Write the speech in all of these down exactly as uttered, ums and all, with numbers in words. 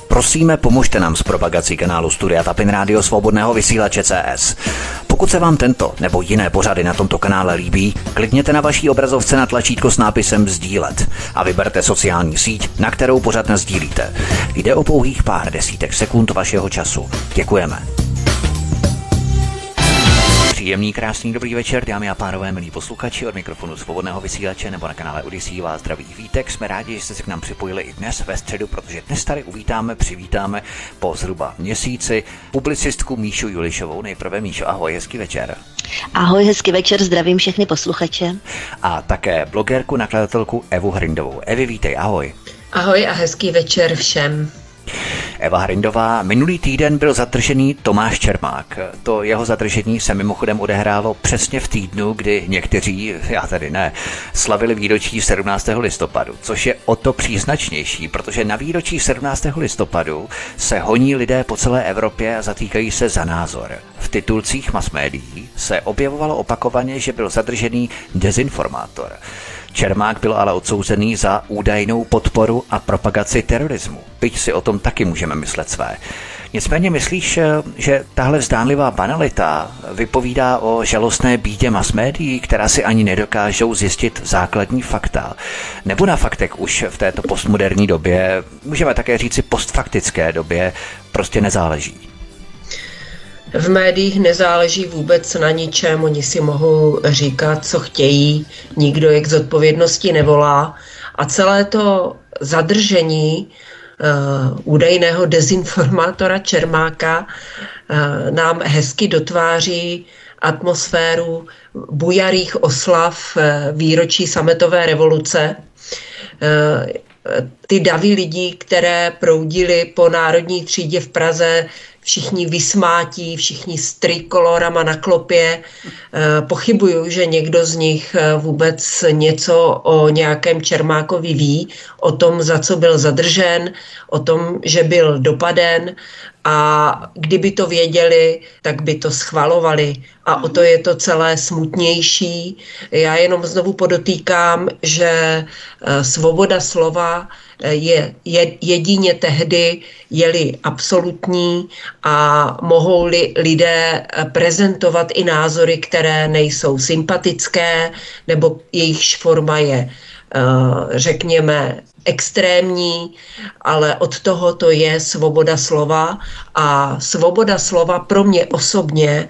Prosíme, pomožte nám s propagací kanálu Studia Tapin Rádio Svobodného vysílače C S. Pokud se vám tento nebo jiné pořady na tomto kanále líbí, klikněte na vaší obrazovce na tlačítko s nápisem sdílet a vyberte sociální síť, na kterou pořad nasdílíte. Jde o pouhých pár desítek sekund vašeho času. Děkujeme. Příjemný, krásný, dobrý večer, dámy a pánové, milí posluchači, od mikrofonu Svobodného vysílače nebo na kanále Odyssey vás zdraví Vítek. Jsme rádi, že jste se k nám připojili i dnes ve středu, protože dnes tady uvítáme, přivítáme po zhruba měsíci publicistku Míšu Julišovou. Nejprve Míšo, ahoj, hezký večer. Ahoj, hezký večer, zdravím všechny posluchače. A také blogerku, nakladatelku Evu Hrindovou. Evi, vítej, ahoj. Ahoj a hezký večer všem. Eva Hrindová, minulý týden byl zadržený Tomáš Čermák. To jeho zadržení se mimochodem odehrálo přesně v týdnu, kdy někteří, já tady ne, slavili výročí sedmnáctého listopadu, což je o to příznačnější, protože na výročí sedmnáctého listopadu se honí lidé po celé Evropě a zatýkají se za názor. V titulcích masmédií se objevovalo opakovaně, že byl zadržený dezinformátor. Čermák byl ale odsouzený za údajnou podporu a propagaci terorismu. Byť si o tom taky můžeme myslet své. Nicméně myslíš, že tahle zdánlivá banalita vypovídá o žalostné bídě masmédií, která si ani nedokážou zjistit základní fakta? Nebo na faktech už v této postmoderní době, můžeme také říci postfaktické době, prostě nezáleží? V médiích nezáleží vůbec na ničem, oni si mohou říkat, co chtějí, nikdo je k zodpovědnosti nevolá a celé to zadržení uh, údajného dezinformátora Čermáka uh, nám hezky dotváří atmosféru bujarých oslav uh, výročí sametové revoluce. Uh, ty davy lidí, které proudily po Národní třídě v Praze, všichni vysmátí, všichni s trikolorama na klopě. Pochybuju, že někdo z nich vůbec něco o nějakém Čermákovi ví, o tom, za co byl zadržen, o tom, že byl dopaden a kdyby to věděli, tak by to schvalovali. A o to je to celé smutnější. Já jenom znovu podotýkám, že svoboda slova je jedině tehdy, je-li absolutní a mohou-li lidé prezentovat i názory, které nejsou sympatické, nebo jejichž forma je, řekněme, extrémní, ale od toho to je svoboda slova a svoboda slova pro mě osobně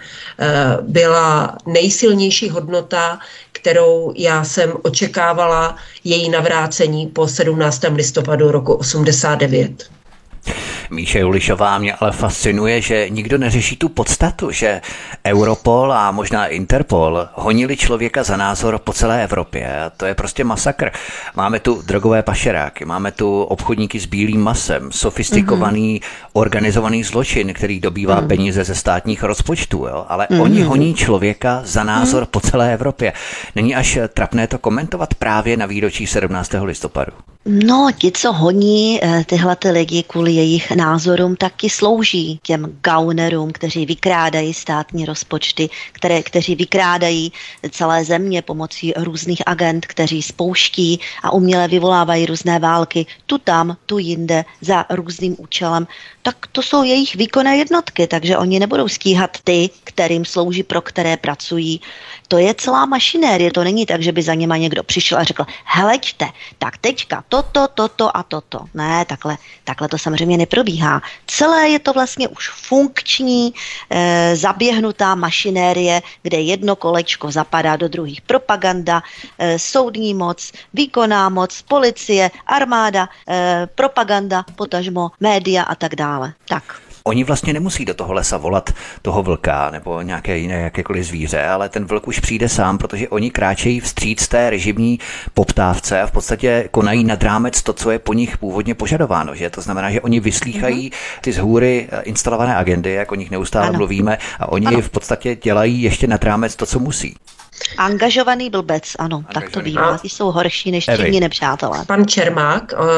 byla nejsilnější hodnota, kterou já jsem očekávala její navrácení po sedmnáctého listopadu roku osmdesát devět. Míše Julišová, mě ale fascinuje, že nikdo neřeší tu podstatu, že Europol a možná Interpol honili člověka za názor po celé Evropě. A to je prostě masakr. Máme tu drogové pašeráky, máme tu obchodníky s bílým masem, sofistikovaný, mm-hmm. organizovaný zločin, který dobývá mm. peníze ze státních rozpočtů, jo? Ale mm-hmm. oni honí člověka za názor mm. po celé Evropě. Není až trapné to komentovat právě na výročí sedmnáctého listopadu? No, ti, co honí tyhle ty lidi kvůli jejich názorům, taky slouží těm gaunerům, kteří vykrádají státní rozpočty, které, kteří vykrádají celé země pomocí různých agent, kteří spouští a uměle vyvolávají různé války tu tam, tu jinde za různým účelem. Tak to jsou jejich výkonné jednotky, takže oni nebudou stíhat ty, kterým slouží, pro které pracují. To je celá mašinérie, to není tak, že by za něma někdo přišel a řekl, heleďte, tak teďka toto, toto a toto. Ne, takhle, takhle to samozřejmě neprobíhá. Celé je to vlastně už funkční, e, zaběhnutá mašinérie, kde jedno kolečko zapadá do druhých. Propaganda, e, soudní moc, výkonná moc, policie, armáda, e, propaganda, potažmo, média a tak dále. Tak. Oni vlastně nemusí do toho lesa volat toho vlka nebo nějaké jiné jakékoliv zvíře, ale ten vlk už přijde sám, protože oni kráčejí vstříc té režimní poptávce a v podstatě konají nad rámec to, co je po nich původně požadováno. Že? To znamená, že oni vyslýchají ty z hůry instalované agendy, jak o nich neustále ano. mluvíme, a oni ano. v podstatě dělají ještě nad rámec to, co musí. Angažovaný blbec, ano, Angažovaný. Tak to bývá. Ty jsou horší než činní nepřátelé. Pan Čermák uh,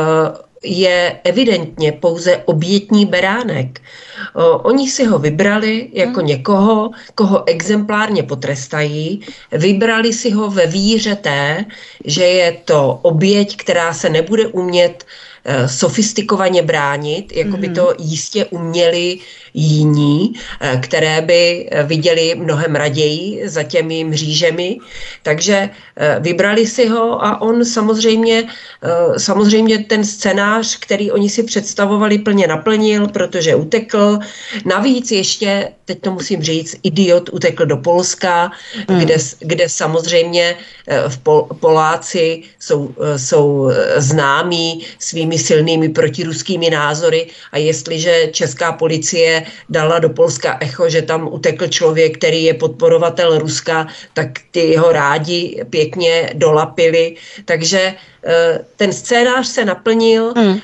je evidentně pouze obětní beránek. Uh, oni si ho vybrali jako hmm. někoho, koho exemplárně potrestají. Vybrali si ho ve víře té, že je to oběť, která se nebude umět sofistikovaně bránit, jako by to jistě uměli jiní, které by viděli mnohem raději za těmi mřížemi. Takže vybrali si ho a on samozřejmě, samozřejmě ten scénář, který oni si představovali, plně naplnil, protože utekl. Navíc ještě, teď to musím říct, idiot utekl do Polska, hmm. kde, kde samozřejmě v Pol, Poláci jsou, jsou známí svými silnými protiruskými názory a jestliže česká policie dala do Polska echo, že tam utekl člověk, který je podporovatel Ruska, tak ty jeho rádi pěkně dolapili. Takže ten scénář se naplnil, hmm.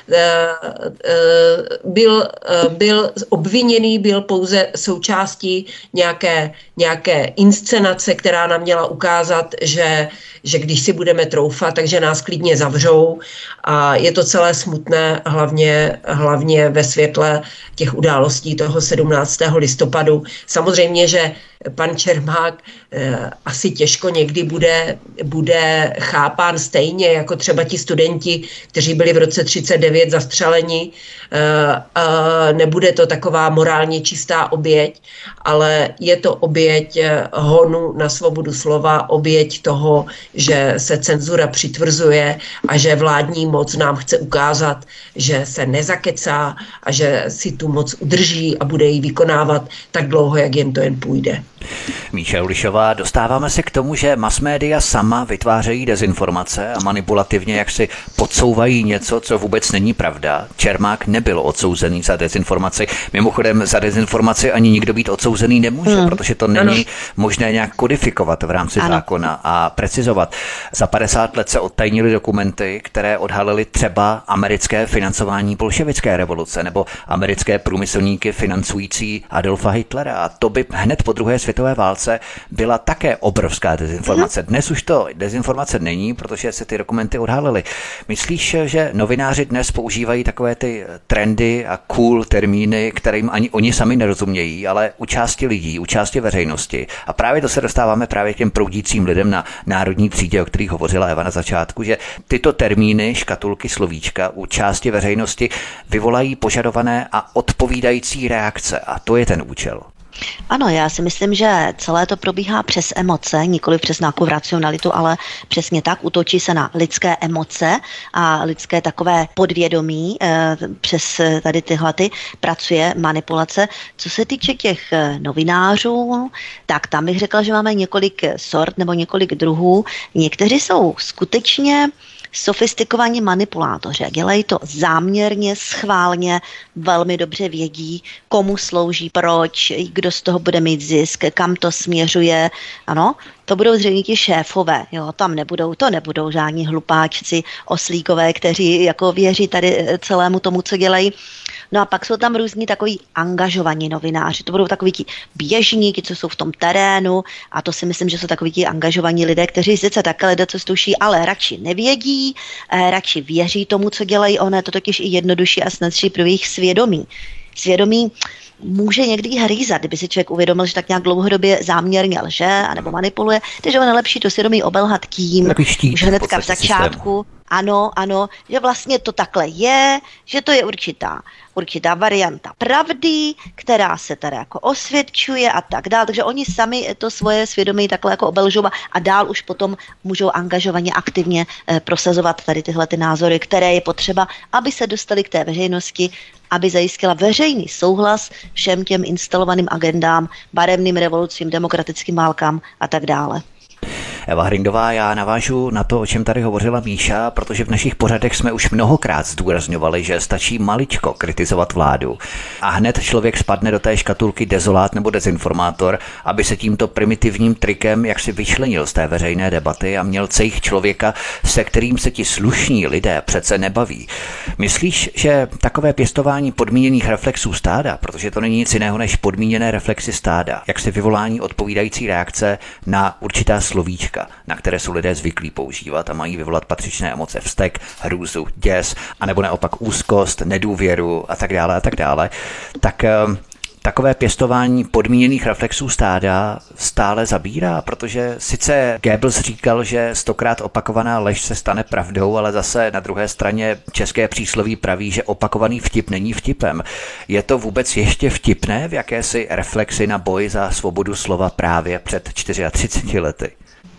byl, byl obviněný, byl pouze součástí nějaké, nějaké inscenace, která nám měla ukázat, že, že když si budeme troufat, takže nás klidně zavřou a je to celé smutné, hlavně, hlavně ve světle těch událostí toho sedmnáctého listopadu. Samozřejmě, že pan Čermák eh, asi těžko někdy bude, bude chápán stejně jako třeba ti studenti, kteří byli v roce třicet devět zastřeleni. Eh, eh, nebude to taková morálně čistá oběť, ale je to oběť eh, honu na svobodu slova, oběť toho, že se cenzura přitvrzuje a že vládní moc nám chce ukázat, že se nezakecá a že si tu moc udrží a bude ji vykonávat tak dlouho, jak jen to jen půjde. Míša Ulišová, dostáváme se k tomu, že masmédia sama vytvářejí dezinformace a manipulativně jak si podsouvají něco, co vůbec není pravda. Čermák nebyl odsouzený za dezinformaci. Mimochodem za dezinformaci ani nikdo být odsouzený nemůže, hmm. protože to není ano. možné nějak kodifikovat v rámci ano. zákona a precizovat. Za padesát let se odtajnily dokumenty, které odhalily třeba americké financování bolševické revoluce nebo americké průmyslníky financující Adolfa Hitlera. A to by hned po druhé světové válce byla také obrovská dezinformace. Dnes už to dezinformace není, protože se ty dokumenty odhalily. Myslíš, že novináři dnes používají takové ty trendy a cool termíny, kterým ani oni sami nerozumějí, ale u části lidí, u části veřejnosti. A právě to se dostáváme právě k těm proudícím lidem na národní třídě, o kterých hovořila Eva na začátku, že tyto termíny, škatulky, slovíčka u části veřejnosti vyvolají požadované a odpovídající reakce. A to je ten účel. Ano, já si myslím, že celé to probíhá přes emoce, nikoli přes nějakou racionalitu, ale přesně tak, útočí se na lidské emoce a lidské takové podvědomí, e, přes tady tyhle ty pracuje manipulace. Co se týče těch novinářů, tak tam bych řekla, že máme několik sort nebo několik druhů. Někteří jsou skutečně sofistikovaní manipulátoři. Dělají to záměrně, schválně, velmi dobře vědí, komu slouží, proč, kdo z toho bude mít zisk, kam to směřuje. Ano, to budou zřejmě ti šéfové, jo, tam nebudou, to nebudou žádní hlupáčci, oslíkové, kteří jako věří tady celému tomu, co dělají. No a pak jsou tam různí takový angažovaní novináři, to budou takoví ti běžní, ti, co jsou v tom terénu, a to si myslím, že jsou takoví ti angažovaní lidé, kteří sice také lidé, co stuší, ale radši nevědí, eh, radši věří tomu, co dělají, ono je to totiž i jednodušší a snadší pro jejich svědomí. Svědomí může někdy hrýzat, kdyby si člověk uvědomil, že tak nějak dlouhodobě záměrně lže anebo manipuluje, takže je lepší to svědomí obelhat tím, už hnedka v začátku, systém. Ano, ano, že vlastně to takhle je, že to je určitá, určitá varianta pravdy, která se tady jako osvědčuje a tak dál, takže oni sami to svoje svědomí takhle jako obelžou a dál už potom můžou angažovaně aktivně eh, prosazovat tady tyhle ty názory, které je potřeba, aby se dostali k té veřejnosti, aby zajistila veřejný souhlas všem těm instalovaným agendám, barevným revolucím, demokratickým válkám a tak dále. Eva Hrindová, já navážu na to, o čem tady hovořila Míša, protože v našich pořadech jsme už mnohokrát zdůrazňovali, že stačí maličko kritizovat vládu a hned člověk spadne do té škatulky dezolát nebo dezinformátor, aby se tímto primitivním trikem jaksi vyčlenil z té veřejné debaty a měl cejch člověka, se kterým se ti slušní lidé přece nebaví. Myslíš, že takové pěstování podmíněných reflexů stáda, protože to není nic jiného než podmíněné reflexy stáda, jak se vyvolání odpovídající reakce na určitá slovíčka, na které jsou lidé zvyklí používat a mají vyvolat patřičné emoce, vztek, hrůzu, děs, anebo naopak úzkost, nedůvěru a tak dále a tak dále, tak takové pěstování podmíněných reflexů stáda stále zabírá? Protože sice Goebbels říkal, že stokrát opakovaná lež se stane pravdou, ale zase na druhé straně české přísloví praví, že opakovaný vtip není vtipem. Je to vůbec ještě vtipné v jakési reflexi na boj za svobodu slova právě před třiceti čtyřmi lety?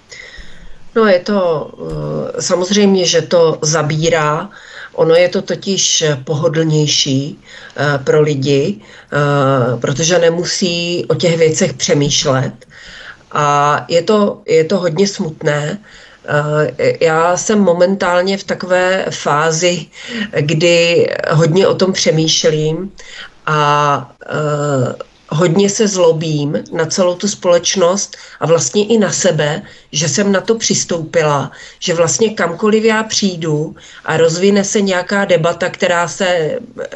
No je to samozřejmě, že to zabírá. Ono je to totiž pohodlnější pro lidi, protože nemusí o těch věcech přemýšlet. A je to, je to hodně smutné. Já jsem momentálně v takové fázi, kdy hodně o tom přemýšlím a hodně se zlobím na celou tu společnost a vlastně i na sebe, že jsem na to přistoupila, že vlastně kamkoliv já přijdu a rozvine se nějaká debata, která se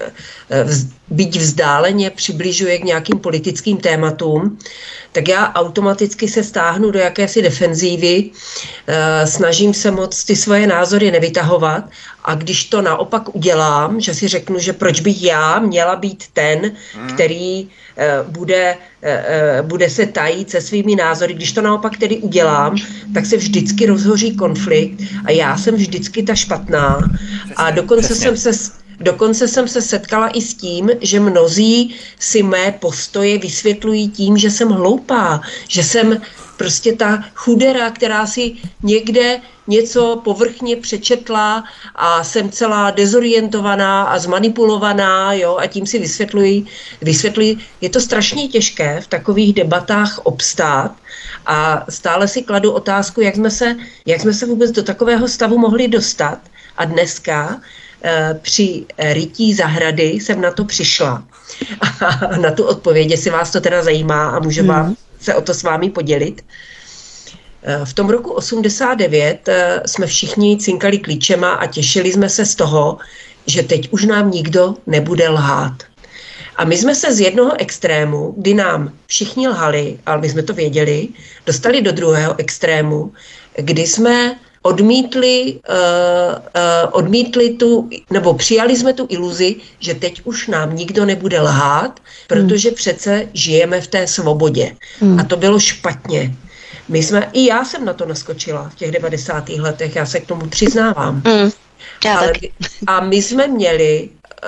byť vzdáleně přibližuje k nějakým politickým tématům, tak já automaticky se stáhnu do jakési defenzívy, snažím se moc ty svoje názory nevytahovat a když to naopak udělám, že si řeknu, že proč bych já měla být ten, který bude, bude se tajit se svými názory, když to naopak tedy udělám, tak se vždycky rozhoří konflikt a já jsem vždycky ta špatná a dokonce jsem se Dokonce jsem se setkala i s tím, že mnozí si mé postoje vysvětlují tím, že jsem hloupá, že jsem prostě ta chudera, která si někde něco povrchně přečetla a jsem celá dezorientovaná a zmanipulovaná, jo, a tím si vysvětlují, vysvětlují. Je to strašně těžké v takových debatách obstát a stále si kladu otázku, jak jsme se, jak jsme se vůbec do takového stavu mohli dostat a dneska při rytí zahrady jsem na to přišla. A na tu odpověď, jestli vás to teda zajímá a můžu vám se o to s vámi podělit. V tom roku osmdesát devět jsme všichni cinkali klíčema a těšili jsme se z toho, že teď už nám nikdo nebude lhát. A my jsme se z jednoho extrému, kdy nám všichni lhali, ale my jsme to věděli, dostali do druhého extrému, kdy jsme odmítli, uh, uh, odmítli tu, nebo přijali jsme tu iluzi, že teď už nám nikdo nebude lhát, protože hmm. přece žijeme v té svobodě. Hmm. A to bylo špatně. My jsme, i já jsem na to naskočila v těch devadesátých letech, já se k tomu přiznávám. Hmm. Ale, a my jsme měli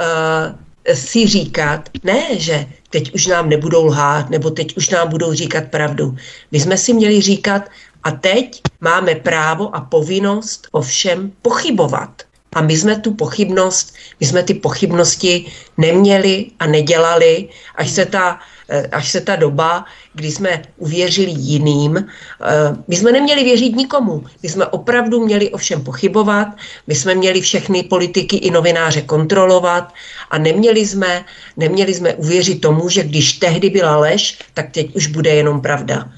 uh, si říkat, ne, že teď už nám nebudou lhát, nebo teď už nám budou říkat pravdu. My jsme si měli říkat, a teď máme právo a povinnost o všem pochybovat. A my jsme tu pochybnost, my jsme ty pochybnosti neměli a nedělali, až se ta, až se ta doba, kdy jsme uvěřili jiným. My jsme neměli věřit nikomu. My jsme opravdu měli o všem pochybovat, my jsme měli všechny politiky i novináře kontrolovat a neměli jsme, neměli jsme uvěřit tomu, že když tehdy byla lež, tak teď už bude jenom pravda.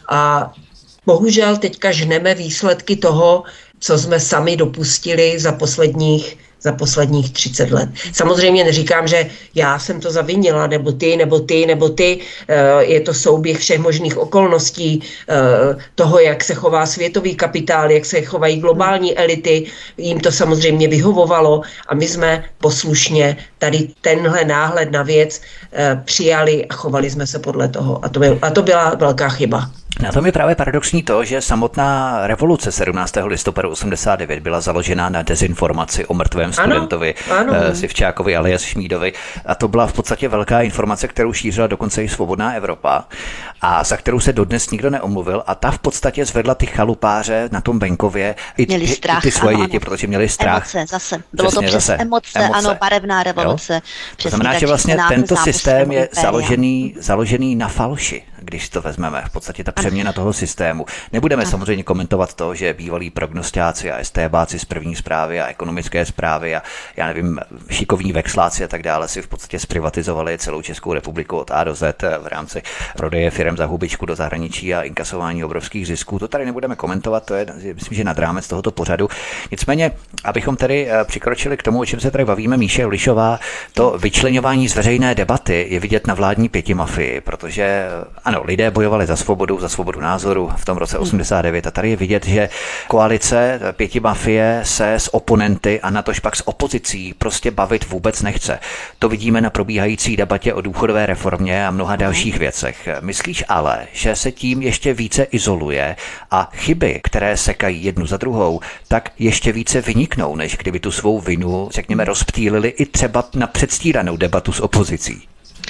A bohužel teďka žneme výsledky toho, co jsme sami dopustili za posledních, za posledních třicet let. Samozřejmě neříkám, že já jsem to zavinila, nebo ty, nebo ty, nebo ty. Je to souběh všech možných okolností, toho, jak se chová světový kapitál, jak se chovají globální elity. Jim to samozřejmě vyhovovalo a my jsme poslušně tady tenhle náhled na věc přijali a chovali jsme se podle toho. A to, byl, a to byla velká chyba. Na tom je právě paradoxní to, že samotná revoluce sedmnáctého listopadu osmdesát devět byla založena na dezinformaci o mrtvém studentovi ano, ano. Sivčákovi alias Šmídovi. A to byla v podstatě velká informace, kterou šířila dokonce i Svobodná Evropa a za kterou se dodnes nikdo neomluvil. A ta v podstatě zvedla ty chalupáře na tom venkově i, měli strach, i ty svoje ano, děti, ano. protože měli strach. Emoce zase. Bylo Přesně, to přes zase. Emoce, emoce, ano, barevná revoluce. To znamená, že vlastně tento systém je založený, založený na falši, když to vezmeme. V podstatě ta přeměna toho systému. Nebudeme ano. samozřejmě komentovat to, že bývalí prognostáci a estébáci z první zprávy a ekonomické zprávy a já nevím, šikovní vexláci a tak dále si v podstatě zprivatizovali celou Českou republiku od A do Z v rámci prodeje firem za hubičku do zahraničí a inkasování obrovských zisků. To tady nebudeme komentovat, to je, myslím, že nad rámec tohoto pořadu. Nicméně, abychom tedy přikročili k tomu, o čem se tady bavíme, Míše Julišová, to vyčleňování z veřejné debaty je vidět na vládní pětimafii, protože ano, Ano, lidé bojovali za svobodu, za svobodu názoru v tom roce osmdesát devět a tady je vidět, že koalice pěti mafie se s oponenty a natož pak s opozicí prostě bavit vůbec nechce. To vidíme na probíhající debatě o důchodové reformě a mnoha dalších věcech. Myslíš ale, že se tím ještě více izoluje a chyby, které sekají jednu za druhou, tak ještě více vyniknou, než kdyby tu svou vinu, řekněme, rozptýlili i třeba na předstíranou debatu s opozicí?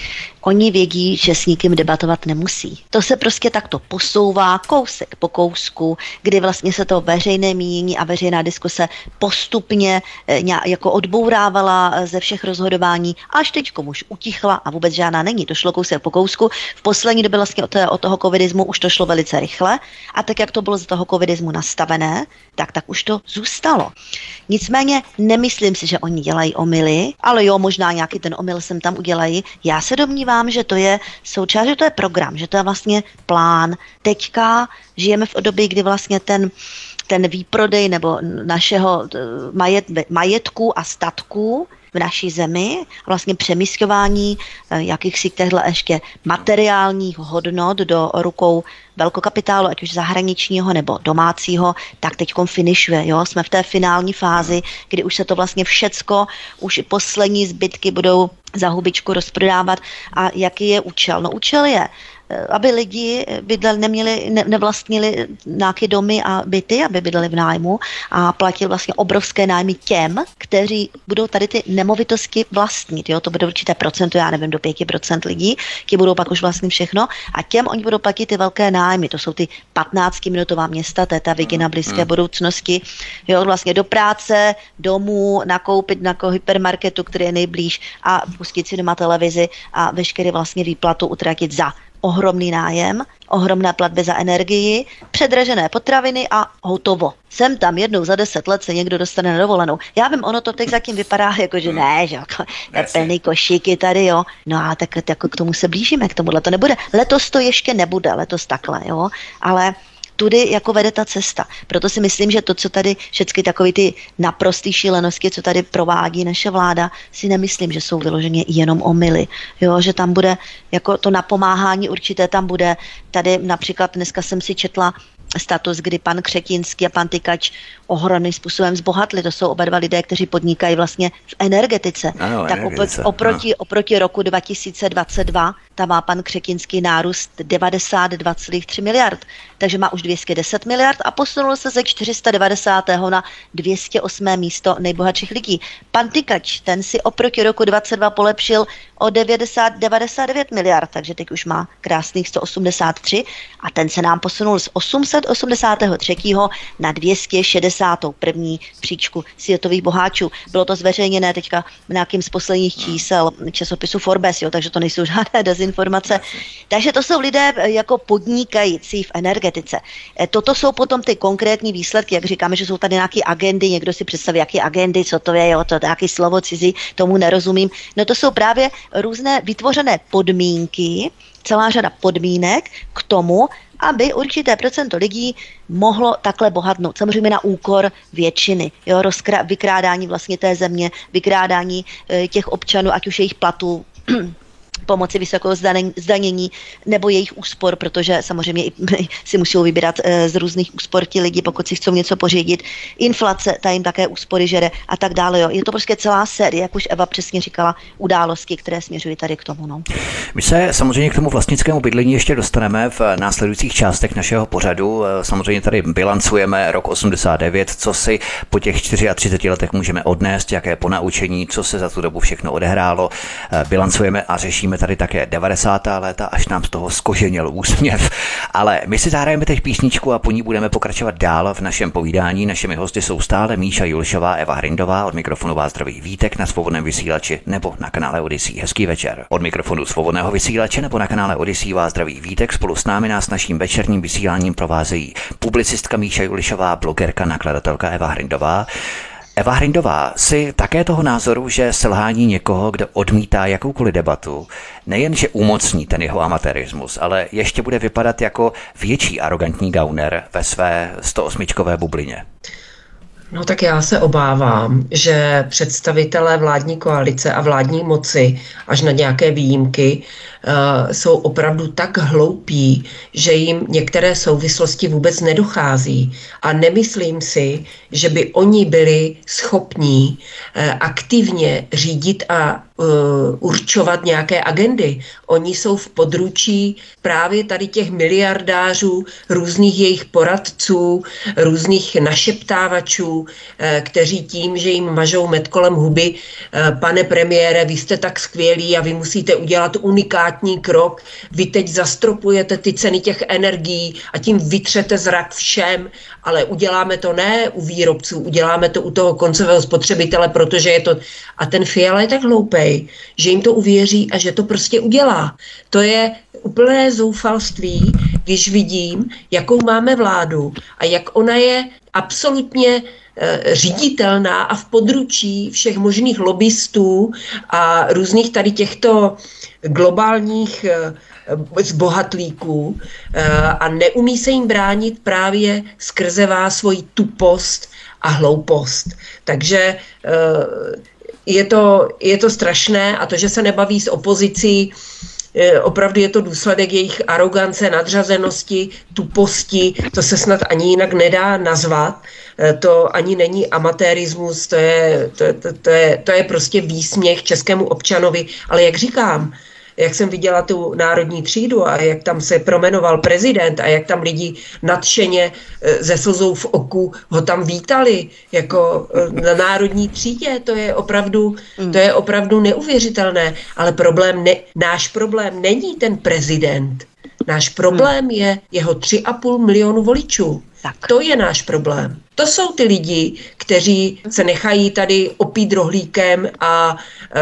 Oni vědí, že s nikým debatovat nemusí. To se prostě takto posouvá kousek po kousku, kdy vlastně se to veřejné mínění a veřejná diskuse postupně jako odbourávala ze všech rozhodování, až teďkom už utichla a vůbec žádná není. To šlo kousek po kousku. V poslední době vlastně od, od toho covidismu už to šlo velice rychle a tak, jak to bylo z toho covidismu nastavené, tak tak už to zůstalo. Nicméně nemyslím si, že oni dělají omyly, ale jo, možná nějaký ten omyl sem tam udělají. Já se domnívám, že to je součást, že to je program, že to je vlastně plán. Teďka žijeme v období, kdy vlastně ten, ten výprodej nebo našeho majet, majetku a statku v naší zemi, vlastně přemísťování jakýchsi těchto ještě materiálních hodnot do rukou velkokapitálu, ať už zahraničního nebo domácího, tak teďkom finišuje. Jo? Jsme v té finální fázi, kdy už se to vlastně všecko, už i poslední zbytky budou za hubičku rozprodávat. A jaký je účel? No účel je, aby lidi bydleli, neměli, ne, nevlastnili nějaké domy a byty, aby bydleli v nájmu a platili vlastně obrovské nájmy těm, kteří budou tady ty nemovitosti vlastnit. Jo? To bude určité procento, já nevím, do pěti procent lidí, ti budou pak už vlastnit všechno a těm oni budou platit ty velké nájmy. To jsou ty patnáctiminutová města, to je ta Vigina blízké budoucnosti. Jo? Vlastně do práce, domů, nakoupit na hypermarketu, který je nejblíž a pustit si doma televizi a veškeré vlastně výplatu utratit za ohromný nájem, ohromné platby za energii, předražené potraviny a hotovo. Sem tam jednou za deset let se někdo dostane na dovolenou. Já vím, ono to teď zatím vypadá jako, že ne, že jako plný košíky tady, jo. No a tak jako k tomu se blížíme, k tomuhle to nebude. Letos to ještě nebude, letos takhle, jo. Ale tudy jako vede ta cesta. Proto si myslím, že to, co tady všechny takové ty naprostý šílenosti, co tady provádí naše vláda, si nemyslím, že jsou vyloženě jenom omyly. Jo, že tam bude, jako to napomáhání určité tam bude. Tady například dneska jsem si četla status, kdy pan Křetínský a pan Tykač ohromným způsobem zbohatli. To jsou oba dva lidé, kteří podnikají vlastně v energetice. Ano, tak energetice. Oproti, oproti roku dva tisíce dvacet dva tam má pan Křetínský nárůst devadesát dva celá tři miliard. Takže má už dvě stě deset miliard a posunul se ze čtyři sta devadesát na dvě stě osm místo nejbohatších lidí. Pan Tykač, ten si oproti roku dvacet dva polepšil o devadesát, devadesát devět miliard, takže teď už má krásných sto osmdesát tři a ten se nám posunul z osm set osmdesát tři na dvě stě šedesát jedna příčku světových boháčů. Bylo to zveřejněné teďka nějakým z posledních čísel časopisu Forbes, jo, takže to nejsou žádné dezinformace. Takže to jsou lidé jako podnikající v energetice. Toto jsou potom ty konkrétní výsledky, jak říkáme, že jsou tady nějaké agendy, někdo si představí, jaké agendy, co to je, jo, to je nějaké slovo cizí, tomu nerozumím. No to jsou právě různé vytvořené podmínky, celá řada podmínek k tomu, aby určité procento lidí mohlo takhle bohatnout. Samozřejmě na úkor většiny. Jo, rozkra- vykrádání vlastně té země, vykrádání e, těch občanů, ať už jejich platů, pomoci vysokého zdanění nebo jejich úspor, protože samozřejmě si musí vybírat z různých úspor ti lidi, pokud si chcou něco pořídit. Inflace, ta jim také úspory žere a tak dále. Jo. Je to prostě celá série, jak už Eva přesně říkala, události, které směřují tady k tomu. No. My se samozřejmě k tomu vlastnickému bydlení ještě dostaneme v následujících částech našeho pořadu. Samozřejmě tady bilancujeme rok osmdesát devět, co si po těch třiceti čtyři letech můžeme odnést, jaké ponaučení, co se za tu dobu všechno odehrálo. Bilancujeme a řešíme tady také devadesátá léta, až nám z toho zkoženěl úsměv. Ale my si zahrajeme teď písničku a po ní budeme pokračovat dál v našem povídání. Našimi hosty jsou stále Míša Julšová, Eva Hrindová, od mikrofonu vás zdraví Vítek na Svobodném vysílači nebo na kanále Odyssey. Hezký večer. Od mikrofonu Svobodného vysílače nebo na kanále Odyssey vás zdraví Vítek. Spolu s námi nás naším večerním vysíláním provázejí publicistka Míša Julšová, blogerka, nakladatelka Eva Hrindová. Eva Hrindová, si také toho názoru, že selhání někoho, kdo odmítá jakoukoliv debatu, nejenže umocní ten jeho amatérismus, ale ještě bude vypadat jako větší arrogantní gauner ve své sto osmičkové bublině? No tak já se obávám, že představitelé vládní koalice a vládní moci, až na nějaké výjimky, uh, jsou opravdu tak hloupí, že jim některé souvislosti vůbec nedochází. A nemyslím si, že by oni byli schopní uh, aktivně řídit a uh, určovat nějaké agendy. Oni jsou v područí právě tady těch miliardářů, různých jejich poradců, různých našeptávačů, kteří tím, že jim mažou med kolem huby, pane premiére, vy jste tak skvělí a vy musíte udělat unikátní krok, vy teď zastropujete ty ceny těch energií a tím vytřete zrak všem, ale uděláme to ne u výrobců, uděláme to u toho koncového spotřebitele, protože je to... A ten Fiala je tak hloupej, že jim to uvěří a že to prostě udělá. To je úplné zoufalství, když vidím, jakou máme vládu a jak ona je absolutně říditelná a v područí všech možných lobbystů a různých tady těchto globálních zbohatlíků a neumí se jim bránit právě skrzevá svoji tupost a hloupost. Takže je to, je to strašné a to, že se nebaví s opozicí, opravdu je to důsledek jejich arogance, nadřazenosti, tuposti, to se snad ani jinak nedá nazvat, to ani není amatérismus, to je, to, to, to je, to je prostě výsměch českému občanovi, ale jak říkám, jak jsem viděla tu národní třídu a jak tam se promenoval prezident a jak tam lidi nadšeně ze slzou v oku ho tam vítali jako na národní třídě, to je opravdu, to je opravdu neuvěřitelné, ale problém ne, náš problém není ten prezident. Náš problém je jeho tři a půl milionu voličů. Tak. To je náš problém. To jsou ty lidi, kteří se nechají tady opít rohlíkem a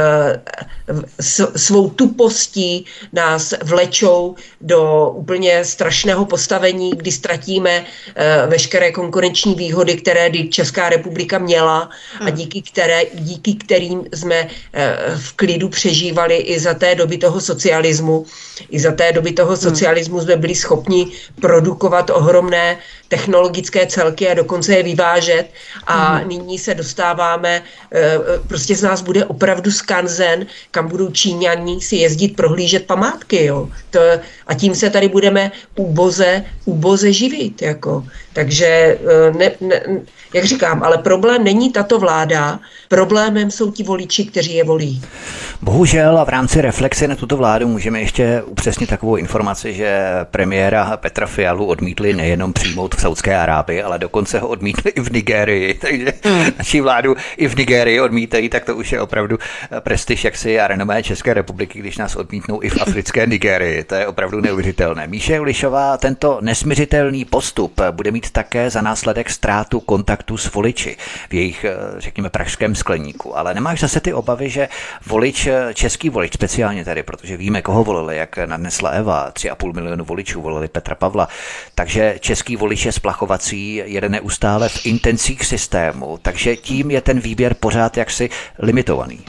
e, s, svou tupostí nás vlečou do úplně strašného postavení, kdy ztratíme e, veškeré konkurenční výhody, které Česká republika měla a díky, které, díky kterým jsme e, v klidu přežívali i za té doby toho socialismu. I za té doby toho socialismu jsme byli schopni produkovat ohromné technologické celky a dokonce je vyvážet a hmm. nyní se dostáváme, prostě z nás bude opravdu skanzen, kam budou Číňaní si jezdit prohlížet památky, jo. To, a tím se tady budeme úboze, úboze živit, jako. Takže, ne, ne, jak říkám, ale problém není tato vláda, problémem jsou ti voliči, kteří je volí. Bohužel a v rámci reflexe na tuto vládu můžeme ještě upřesnit takovou informaci, že premiéra Petra Fialu odmítli nejenom přijmout v Saudské Arábii, ale dokonce ho odmítli i v Nigérii, takže naši vládu i v Nigérii odmítají, tak to už je opravdu prestiž jaksi a renomé České republiky, když nás odmítnou i v africké Nigérii. To je opravdu neuvěřitelné. Míše Julišová tento nesmiřitelný postup bude mít také za následek ztrátu kontaktu s voliči v jejich, řekněme, pražském skleníku. Ale nemáš zase ty obavy, že volič, český volič speciálně tady, protože víme, koho volili, jak nadnesla Eva, tři a půl milionu voličů volili Petra Pavla, takže český volič je splachovací, jede neustále v intencích systému, takže tím je ten výběr pořád jaksi limitovaný.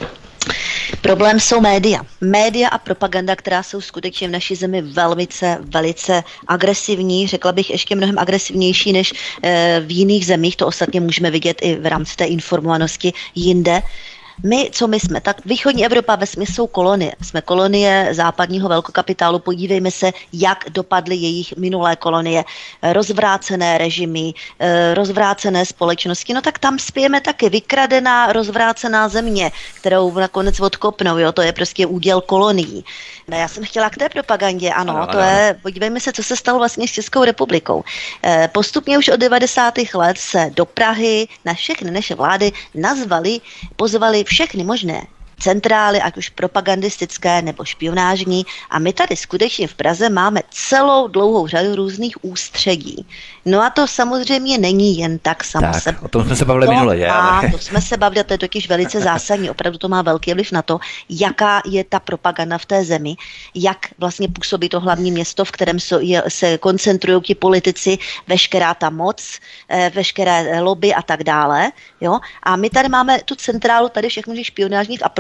Problém jsou média. Média a propaganda, která jsou skutečně v naší zemi velice, velice agresivní, řekla bych ještě mnohem agresivnější než e, v jiných zemích, to ostatně můžeme vidět i v rámci té informovanosti jinde. My, co my jsme, tak východní Evropa vesměs jsou kolonie. Jsme kolonie západního velkokapitálu. Podívejme se, jak dopadly jejich minulé kolonie. Rozvrácené režimy, rozvrácené společnosti. No tak tam spějeme taky. Vykradená, rozvrácená země, kterou nakonec odkopnou. Jo? To je prostě úděl kolonií. No, já jsem chtěla k té propagandě, ano, ano to ano. je, podívejme se, co se stalo vlastně s Českou republikou. E, postupně už od devadesátých let se do Prahy na všechny naše vlády nazvali, pozvali všechny možné centrály, ať už propagandistické nebo špionážní. A my tady skutečně v Praze máme celou dlouhou řadu různých ústředí. No a to samozřejmě není jen tak samo tak, sebe. O tom jsme se bavili minule, je? A to jsme se bavili, to je totiž velice zásadní. Opravdu to má velký vliv na to, jaká je ta propaganda v té zemi, jak vlastně působí to hlavní město, v kterém se koncentrují ti politici, veškerá ta moc, veškeré lobby a tak dále. Jo? A my tady máme tu centrálu tady všech možných špionážních a pro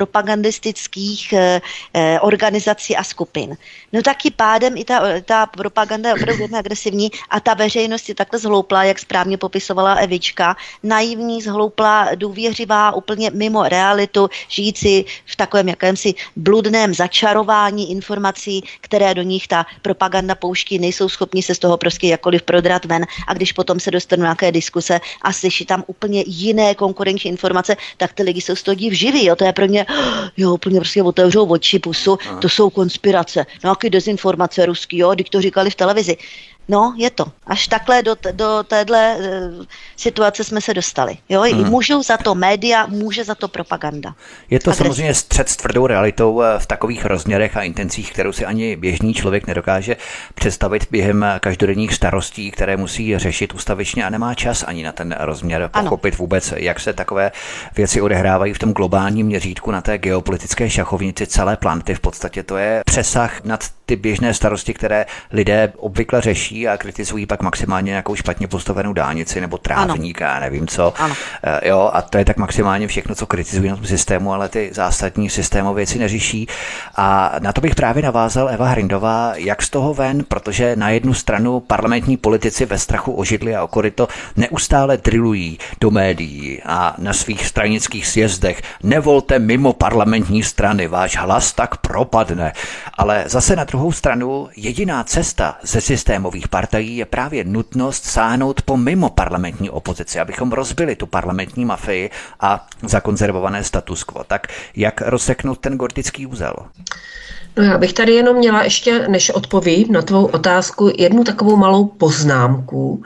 propagandistických eh, eh, organizací a skupin. No taky pádem i ta, ta propaganda je opravdu agresivní a ta veřejnost je takhle zhlouplá, jak správně popisovala Evička, naivní, zhlouplá, důvěřivá, úplně mimo realitu, žijící v takovém jakémsi bludném začarování informací, které do nich ta propaganda pouští, nejsou schopni se z toho prostě jakkoliv prodrat ven a když potom se dostanou nějaké diskuse a slyší tam úplně jiné konkurenční informace, tak ty lidi jsou z toho div živí, jo, to je pro ně, jo, úplně prostě otevřou oči, pusu, to jsou konspirace, nějaké dezinformace ruský, jo, když to říkali v televizi. No, je to. Až takhle do, do téhle uh, situace jsme se dostali. Jo? Hmm. Můžou za to média, může za to propaganda. Je to Agresivní. Samozřejmě střet s tvrdou realitou v takových rozměrech a intencích, kterou si ani běžný člověk nedokáže představit během každodenních starostí, které musí řešit ustavičně a nemá čas ani na ten rozměr pochopit ano. vůbec, jak se takové věci odehrávají v tom globálním měřítku na té geopolitické šachovnici celé planety. V podstatě to je přesah nad ty běžné starosti, které lidé obvykle řeší a kritizují pak maximálně nějakou špatně postavenou dálnici nebo trávník a nevím co. Ano. E, jo, a to je tak maximálně všechno, co kritizují na tom systému, ale ty zásadní systémové věci neřeší. A na to bych právě navázal Eva Hrindová, jak z toho ven, protože na jednu stranu parlamentní politici ve strachu o židli a o koryto neustále drillují do médií a na svých stranických sjezdech nevolte mimo parlamentní strany, váš hlas tak propadne. Ale zase na druhou stranu jediná cesta ze systémových partají je právě nutnost sáhnout po mimo parlamentní opozici, abychom rozbili tu parlamentní mafii a zakonzervované status quo. Tak jak rozseknout ten gordický úzel? No já bych tady jenom měla ještě, než odpovím na tvou otázku, jednu takovou malou poznámku.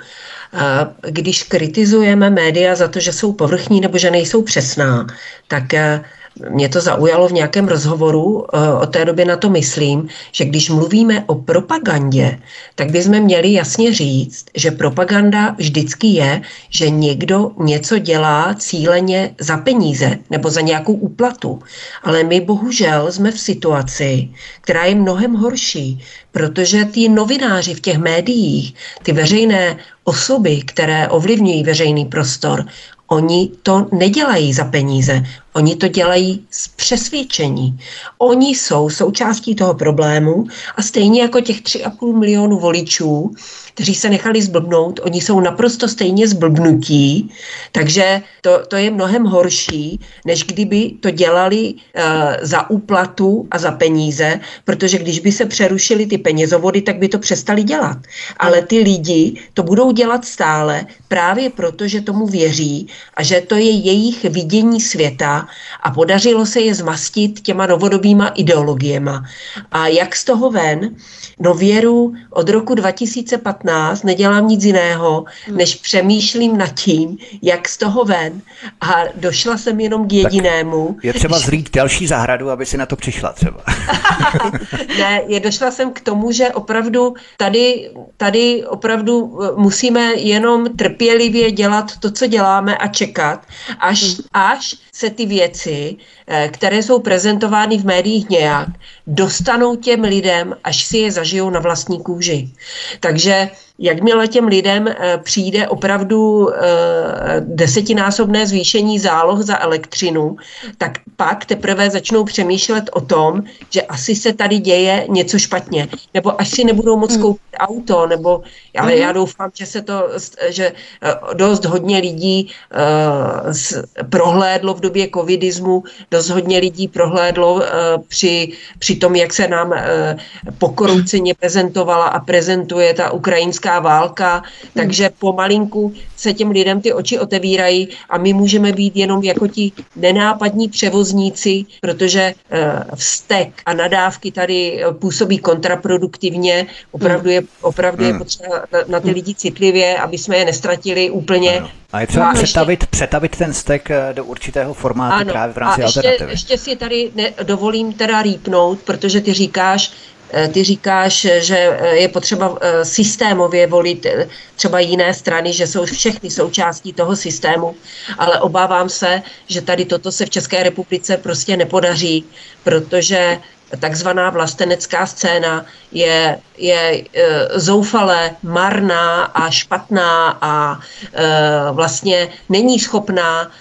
Když kritizujeme média za to, že jsou povrchní nebo že nejsou přesná, tak mě to zaujalo v nějakém rozhovoru, od té doby na to myslím, že když mluvíme o propagandě, tak bychom měli jasně říct, že propaganda vždycky je, že někdo něco dělá cíleně za peníze nebo za nějakou úplatu. Ale my bohužel jsme v situaci, která je mnohem horší, protože ty novináři v těch médiích, ty veřejné osoby, které ovlivňují veřejný prostor, oni to nedělají za peníze, oni to dělají z přesvědčení. Oni jsou součástí toho problému a stejně jako těch tři a půl milionu voličů, kteří se nechali zblbnout, oni jsou naprosto stejně zblbnutí, takže to, to je mnohem horší, než kdyby to dělali uh, za úplatu a za peníze, protože když by se přerušily ty penězovody, tak by to přestali dělat. Ale ty lidi to budou dělat stále právě proto, že tomu věří a že to je jejich vidění světa a podařilo se je zmastit těma novodobýma ideologiema. A jak z toho ven? No věru od roku dva tisíce patnáct nedělám nic jiného, než přemýšlím nad tím, jak z toho ven a došla jsem jenom k jedinému. Tak je třeba zrýt další zahradu, aby si na to přišla třeba. Ne, je došla jsem k tomu, že opravdu tady, tady opravdu musíme jenom trpělivě dělat to, co děláme a čekat, až, až se ty věci, které jsou prezentovány v médiích nějak, dostanou těm lidem, až si je zažijou na vlastní kůži. Takže jakmile těm lidem přijde opravdu desetinásobné zvýšení záloh za elektřinu, tak pak teprve začnou přemýšlet o tom, že asi se tady děje něco špatně. Nebo až si nebudou moc koupit auto, nebo ale já doufám, že se to, že dost hodně lidí prohlédlo v době covidismu, dost hodně lidí prohlédlo při, při tom, jak se nám pokorouceně prezentovala a prezentuje ta ukrajinská válka, takže pomalinku se těm lidem ty oči otevírají a my můžeme být jenom jako ti nenápadní převozníci, protože vztek a nadávky tady působí kontraproduktivně, opravdu je, opravdu je potřeba na, na ty lidi citlivě, aby jsme je nestratili úplně. Ano. A je třeba přetavit, ještě, přetavit ten vztek do určitého formátu ano, právě v rámci a ještě, alternativy. Ještě si tady ne, dovolím teda rýpnout, protože ty říkáš, Ty říkáš, že je potřeba systémově volit třeba jiné strany, že jsou všechny součástí toho systému, ale obávám se, že tady toto se v České republice prostě nepodaří, protože takzvaná vlastenecká scéna je, je e, zoufale marná a špatná a e, vlastně není schopná e,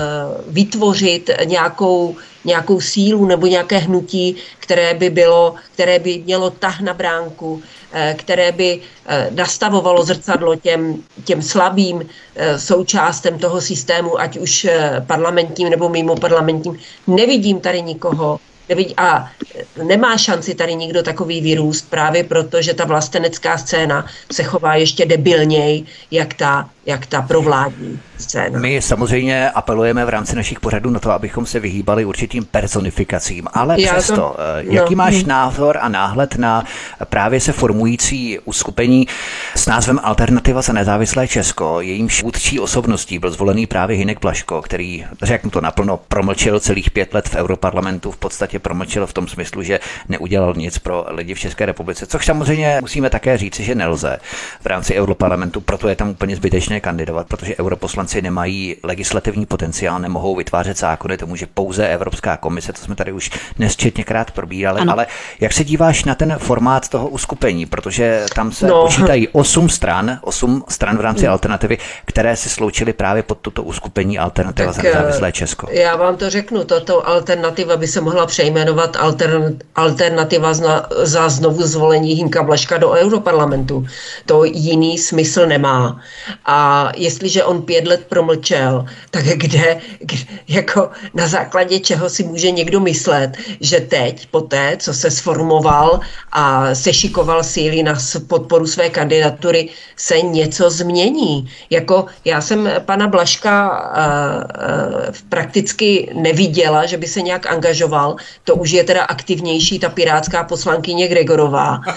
vytvořit nějakou, nějakou sílu nebo nějaké hnutí, které by bylo, které by mělo tah na bránku, e, které by e, nastavovalo zrcadlo těm, těm slabým e, součástem toho systému, ať už e, parlamentním nebo mimo parlamentním. Nevidím tady nikoho. A nemá šanci tady nikdo takový vyrůst právě proto, že ta vlastenecká scéna se chová ještě debilněji, jak ta, jak ta provládní scéna. My samozřejmě apelujeme v rámci našich pořadů na to, abychom se vyhýbali určitým personifikacím, ale Já přesto, to, jaký no. máš názor a náhled na právě se formující uskupení s názvem Alternativa za nezávislé Česko, jejímž vůdčí osobností byl zvolený právě Hynek Blažko, který, řeknu to naplno, promlčel celých pět let v Europarlamentu, v podstatě promlčel v tom smyslu, že neudělal nic pro lidi v České republice, což samozřejmě musíme také říci, že nelze v rámci Europarlamentu, proto je tam úplně zbytečné kandidovat, protože europoslanci nemají legislativní potenciál, nemohou vytvářet zákony, to může pouze Evropská komise, to jsme tady už nesčetněkrát probírali, ano. Ale jak se díváš na ten formát toho uskupení, protože tam se no. počítají osm stran, osm stran v rámci hmm. Alternativy, které se sloučily právě pod toto uskupení Alternativa tak, za nezávislé Česko. Já vám to řeknu, toto Alternativa by se mohla přejmenovat altern, Alternativa za, za znovu zvolení Hynka Blažka do Europarlamentu. To jiný smysl nemá. A jestliže on pět let promlčel, tak kde, kde jako na základě čeho si může někdo myslet, že teď, poté, co se sformoval a sešikoval síly na podporu své kandidatury, se něco změní. Jako já jsem pana Blažka uh, uh, prakticky neviděla, že by se nějak angažoval. To už je teda aktivnější ta pirátská poslankyně Gregorová. Uh,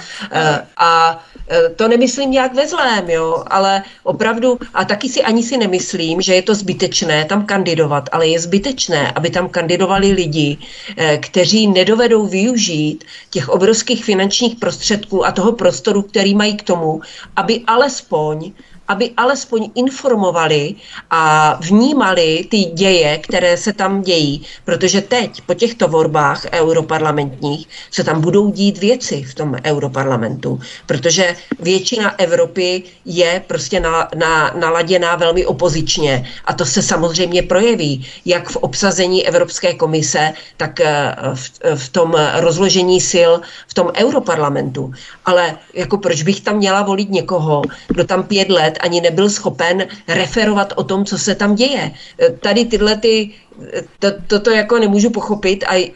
a to nemyslím nějak ve zlém, jo, ale opravdu, a taky si ani si nemyslím, že je to zbytečné tam kandidovat, ale je zbytečné, aby tam kandidovali lidi, kteří nedovedou využít těch obrovských finančních prostředků a toho prostoru, který mají k tomu, aby alespoň aby alespoň informovali a vnímali ty děje, které se tam dějí, protože teď po těchto volbách europarlamentních se tam budou dít věci v tom europarlamentu, protože většina Evropy je prostě na, na, naladěná velmi opozičně a to se samozřejmě projeví, jak v obsazení Evropské komise, tak v, v tom rozložení sil v tom europarlamentu. Ale jako proč bych tam měla volit někoho, kdo tam pět let ani nebyl schopen referovat o tom, co se tam děje. Tady tyhle ty To, toto jako nemůžu pochopit a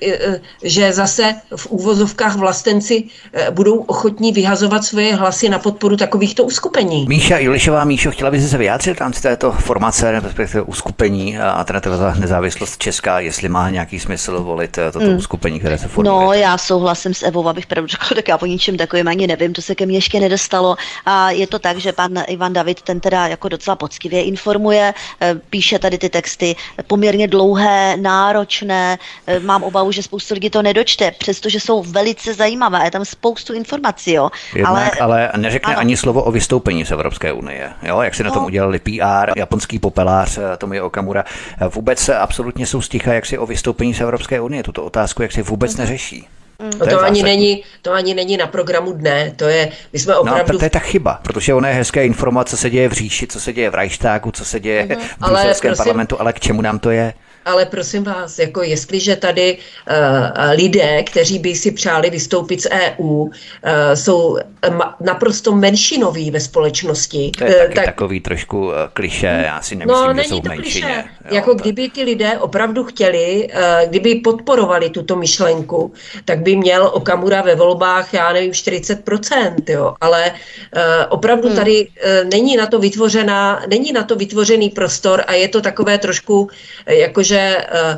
že zase v úvozovkách vlastenci budou ochotní vyhazovat svoje hlasy na podporu takovýchto uskupení. Míša Julišová, Míšo, chtěla by se vyjádřit tam z této formace, respektive uskupení Alternativa za nezávislost Česká, jestli má nějaký smysl volit toto hmm. uskupení, které se formuje? No, já souhlasím s Evou, abych pravdu řekla, tak já o ničem takovým ani nevím, to se ke mně ještě nedostalo a je to tak, že pan Ivan David ten teda jako docela poctivě informuje, píše tady ty texty poměrně dlouho dlouhé, náročné, mám obavu, že spoustu lidí to nedočte, přestože jsou velice zajímavé, je tam spoustu informací, jo. Jednak, ale, ale neřekne ano. ani slovo o vystoupení z Evropské unie, jo, jak si na tom no. udělali P R, japonský popelář Tomio Okamura, vůbec absolutně jsou sticha, jak si o vystoupení z Evropské unie, tuto otázku, jak si vůbec neřeší. Mm. To, to, ani není, to ani není na programu dne, to je, my jsme opravdu... No, to, to je ta chyba, protože ono je hezké informovat, co se děje v říši, co se děje v Reichstagu, co se děje mm-hmm. v bruselském parlamentu, ale k čemu nám to je? Ale prosím vás, jako jestliže tady uh, lidé, kteří by si přáli vystoupit z E U, uh, jsou ma- naprosto menšinoví ve společnosti. To je taky tak... takový trošku uh, klišé, já si nemyslím, no, že jsou v menšině. Jo, jako to... kdyby ty lidé opravdu chtěli, uh, kdyby podporovali tuto myšlenku, tak by měl Okamura ve volbách, já nevím, čtyřicet procent, jo, ale uh, opravdu hmm. tady uh, není na to vytvořená, není na to vytvořený prostor a je to takové trošku uh, jakože Uh,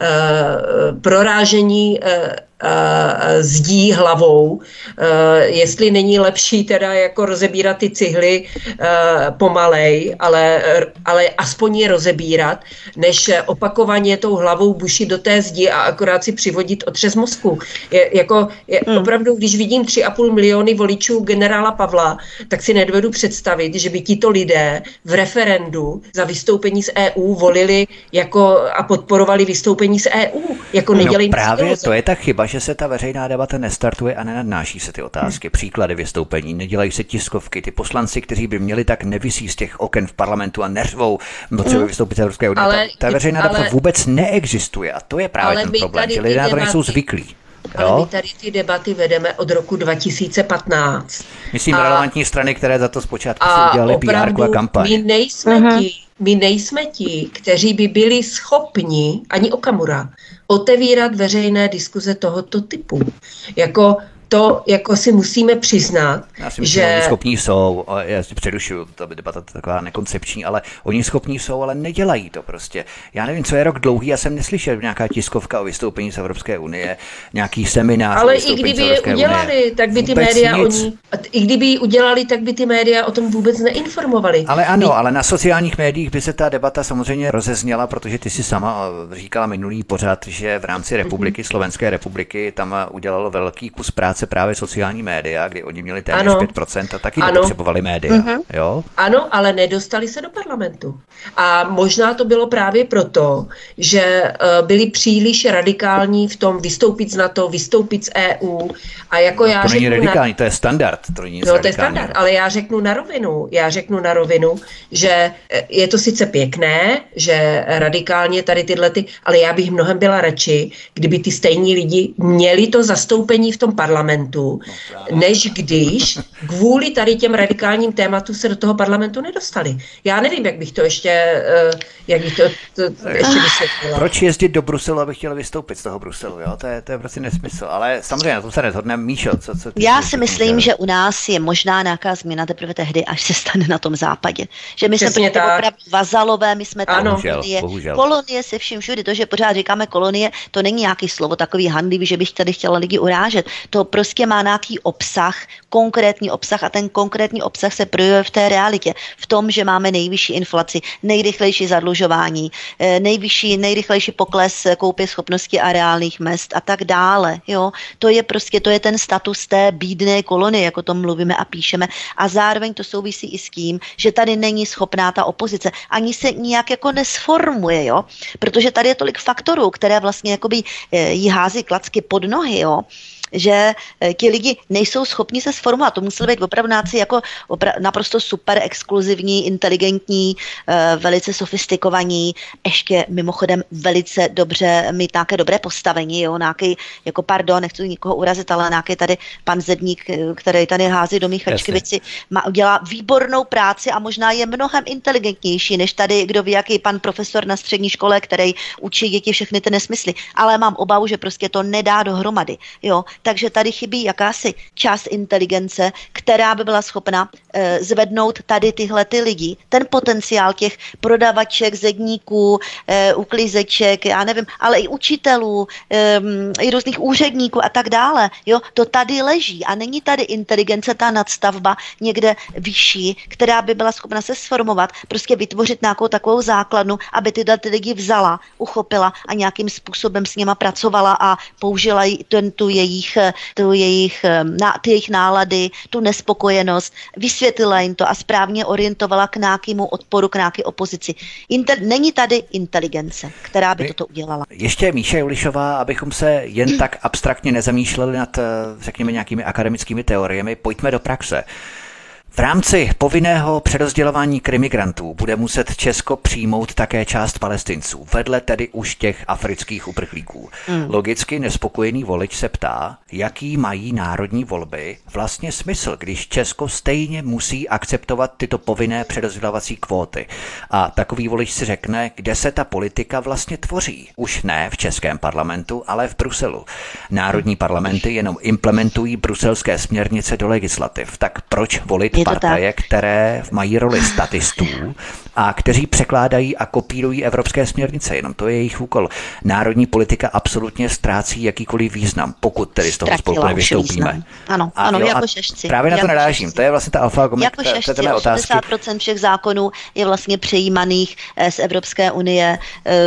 uh, prorážení uh, zdí hlavou, jestli není lepší teda jako rozebírat ty cihly pomalej, ale, ale aspoň je rozebírat, než opakovaně tou hlavou bušit do té zdi a akorát si přivodit otřes mozku. Je, jako, je, hmm. Opravdu, když vidím tři a půl miliony voličů generála Pavla, tak si nedovedu představit, že by tito lidé v referendu za vystoupení z E U volili jako a podporovali vystoupení z E U. Jako nedělej no právě to je ta chyba, třeba, že se ta veřejná debata nestartuje a nenadnáší se ty otázky, příklady vystoupení, nedělají se tiskovky, ty poslanci, kteří by měli, tak nevisí z těch oken v parlamentu a neřvou, potřebují mm. vystoupit z Evropské unie. Ta, ta veřejná ale, debata vůbec neexistuje a to je právě ten problém, že lidé na to nejsou zvyklí. Ale jo? My tady ty debaty vedeme od roku dva tisíce patnáct. Myslím, a, relevantní strany, které za to zpočátku si udělali P R a kampaň. My nejsme uh-huh. ti, my nejsme ti, kteří by byli schopni, ani Okamura, otevírat veřejné diskuze tohoto typu. Jako to jako si musíme přiznat, já si myslím, že... oni schopní jsou, já si přerušuju, ta debata je taková nekoncepční, ale oni schopní jsou, ale nedělají to prostě. Já nevím, co je rok dlouhý, já jsem neslyšel nějaká tiskovka o vystoupení z Evropské unie, nějaký seminář ale o vystoupení i kdyby z Evropské je udělali, unie. tak by ty Vůbec média nic. oni, i kdyby ji udělali, tak by ty média o tom vůbec neinformovali. Ale ano, My... ale na sociálních médiích by se ta debata samozřejmě rozezněla, protože ty si sama říkala minulý pořad, že v rámci republiky, mm-hmm. Slovenské republiky, tam udělalo velký kus práce právě sociální média, kdy oni měli téměř ano. pět procent a taky nepotřebovali média. Uh-huh. Jo? Ano, ale nedostali se do parlamentu. A možná to bylo právě proto, že uh, byli příliš radikální v tom vystoupit z NATO, vystoupit z E U. A jako no, já to není radikální, na... to je standard. To není no, to je standard, ale já řeknu na rovinu, já řeknu na rovinu, že je to sice pěkné, že radikálně tady tyhle ty, ale já bych mnohem byla radši, kdyby ty stejní lidi měli to zastoupení v tom parlamentu, než když kvůli tady těm radikálním tématům se do toho parlamentu nedostali. Já nevím, jak bych to ještě, jak bych to, to, to ještě vysvětlila. Proč jezdit do Bruselu, abych chtěl vystoupit z toho Bruselu, jo? To je, to je prostě nesmysl. Ale samozřejmě na tom se neshodneme. Míšo, co, co Já si myslím, že u nás je možná nějaká změna teprve tehdy, až se stane na tom západě. Že my jsme opravdu vazalové, my jsme tam kolonie. Kolonie se vším všude. To, že pořád říkáme kolonie, to není nějaký slovo takový handlivý, že bych tady chtěla lidi urážet. To prostě má nějaký obsah, konkrétní obsah a ten konkrétní obsah se projevuje v té realitě. V tom, že máme nejvyšší inflaci, nejrychlejší zadlužování, nejvyšší, nejrychlejší pokles koupě schopnosti a reálných mezd a tak dále. Jo? To je prostě, to je ten status té bídné kolonie, jako to mluvíme a píšeme. A zároveň to souvisí i s tím, že tady není schopná ta opozice. Ani se nijak jako nesformuje, jo? Protože tady je tolik faktorů, které vlastně jakoby jí hází klacky pod nohy, jo? Že ti lidi nejsou schopni se sformovat. To museli být opravdu náci jako opra- naprosto super exkluzivní, inteligentní, e, velice sofistikovaní, ještě mimochodem velice dobře mít nějaké dobré postavení, jo, nějaký, jako pardon, nechci nikoho urazit, ale nějaký tady pan Zedník, který tady hází do míchačky věci, má, udělá výbornou práci a možná je mnohem inteligentnější, než tady, kdo ví, jaký pan profesor na střední škole, který učí děti všechny ty nesmysly. Ale mám obavu, že prostě to nedá dohromady, jo. Takže tady chybí jakási část inteligence, která by byla schopna e, zvednout tady tyhle ty lidi, ten potenciál těch prodavaček, zedníků, e, uklízeček, já nevím, ale i učitelů, e, i různých úředníků a tak dále. Jo, to tady leží a není tady inteligence, ta nadstavba někde vyšší, která by byla schopna se sformovat, prostě vytvořit nějakou takovou základnu, aby tyhle ty lidi vzala, uchopila a nějakým způsobem s něma pracovala a použila ten, tu jejich tu jejich, na, ty jejich nálady, tu nespokojenost, vysvětlila jim to a správně orientovala k nějakému odporu, k nějaké opozici. Inter, není tady inteligence, která by My, toto udělala. Ještě Míša Julišová, abychom se jen tak abstraktně nezamýšleli nad, řekněme, nějakými akademickými teoriemi, pojďme do praxe. V rámci povinného přerozdělování krimigrantů bude muset Česko přijmout také část Palestinců, vedle tedy už těch afrických uprchlíků. Mm. Logicky nespokojený volič se ptá, jaký mají národní volby vlastně smysl, když Česko stejně musí akceptovat tyto povinné přerozdělovací kvóty. A takový volič si řekne, kde se ta politika vlastně tvoří. Už ne v českém parlamentu, ale v Bruselu. Národní parlamenty jenom implementují bruselské směrnice do legislativ. Tak proč volit partaje, které mají roli statistů a kteří překládají a kopírují evropské směrnice. Jenom to je jejich úkol. Národní politika absolutně ztrácí jakýkoliv význam, pokud tedy z toho spolku nevystoupíme. Ano, a ano, jo, jako šešci. Právě na to jako narážím. šešci. To je vlastně ta alfa jako šešci, to je otázky. osmdesát procent všech zákonů je vlastně přejímaných z Evropské unie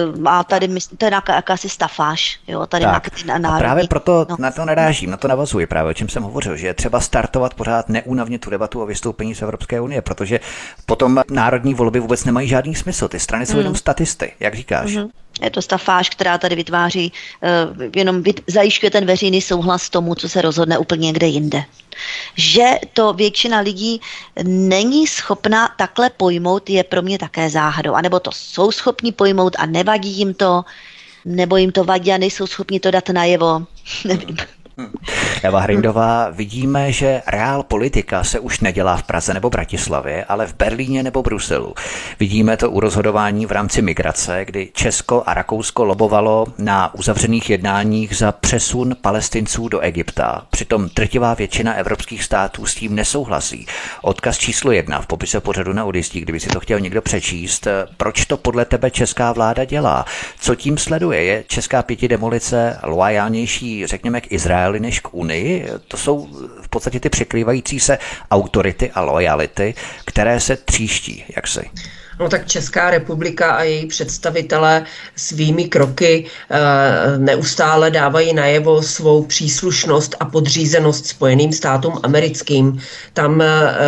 a tady to je jakási stafáž. Jo, tady marketing a národní. A právě proto no. na to narážím, na to navazuji právě, o čem jsem hovořil, že je třeba startovat pořád neúnavně tu debatu o vystoupení z Evropské unie, protože potom národní volby vůbec nemají žádný smysl. Ty strany jsou mm. jenom statisty, jak říkáš. Mm-hmm. Je to stafáž, která tady vytváří, jenom zajišťuje ten veřejný souhlas tomu, co se rozhodne úplně někde jinde. Že to většina lidí není schopna takhle pojmout, je pro mě také záhadou. A nebo to jsou schopni pojmout a nevadí jim to, nebo jim to vadí a nejsou schopni to dát najevo. Nevím. Eva Hrindová, vidíme, že reál politika se už nedělá v Praze nebo Bratislavě, ale v Berlíně nebo Bruselu. Vidíme to u rozhodování v rámci migrace, kdy Česko a Rakousko lobovalo na uzavřených jednáních za přesun Palestinců do Egypta. Přitom drtivá většina evropských států s tím nesouhlasí. Odkaz číslo jedna v popise pořadu Na odjistí, kdyby si to chtěl někdo přečíst. Proč to podle tebe česká vláda dělá? Co tím sleduje? Je česká pětidemolice loajálnější, řekněme, k Izraeli než k Unii? To jsou v podstatě ty překrývající se autority a lojality, které se tříští, jak si. No tak Česká republika a její představitelé svými kroky e, neustále dávají najevo svou příslušnost a podřízenost Spojeným státům americkým. Tam e,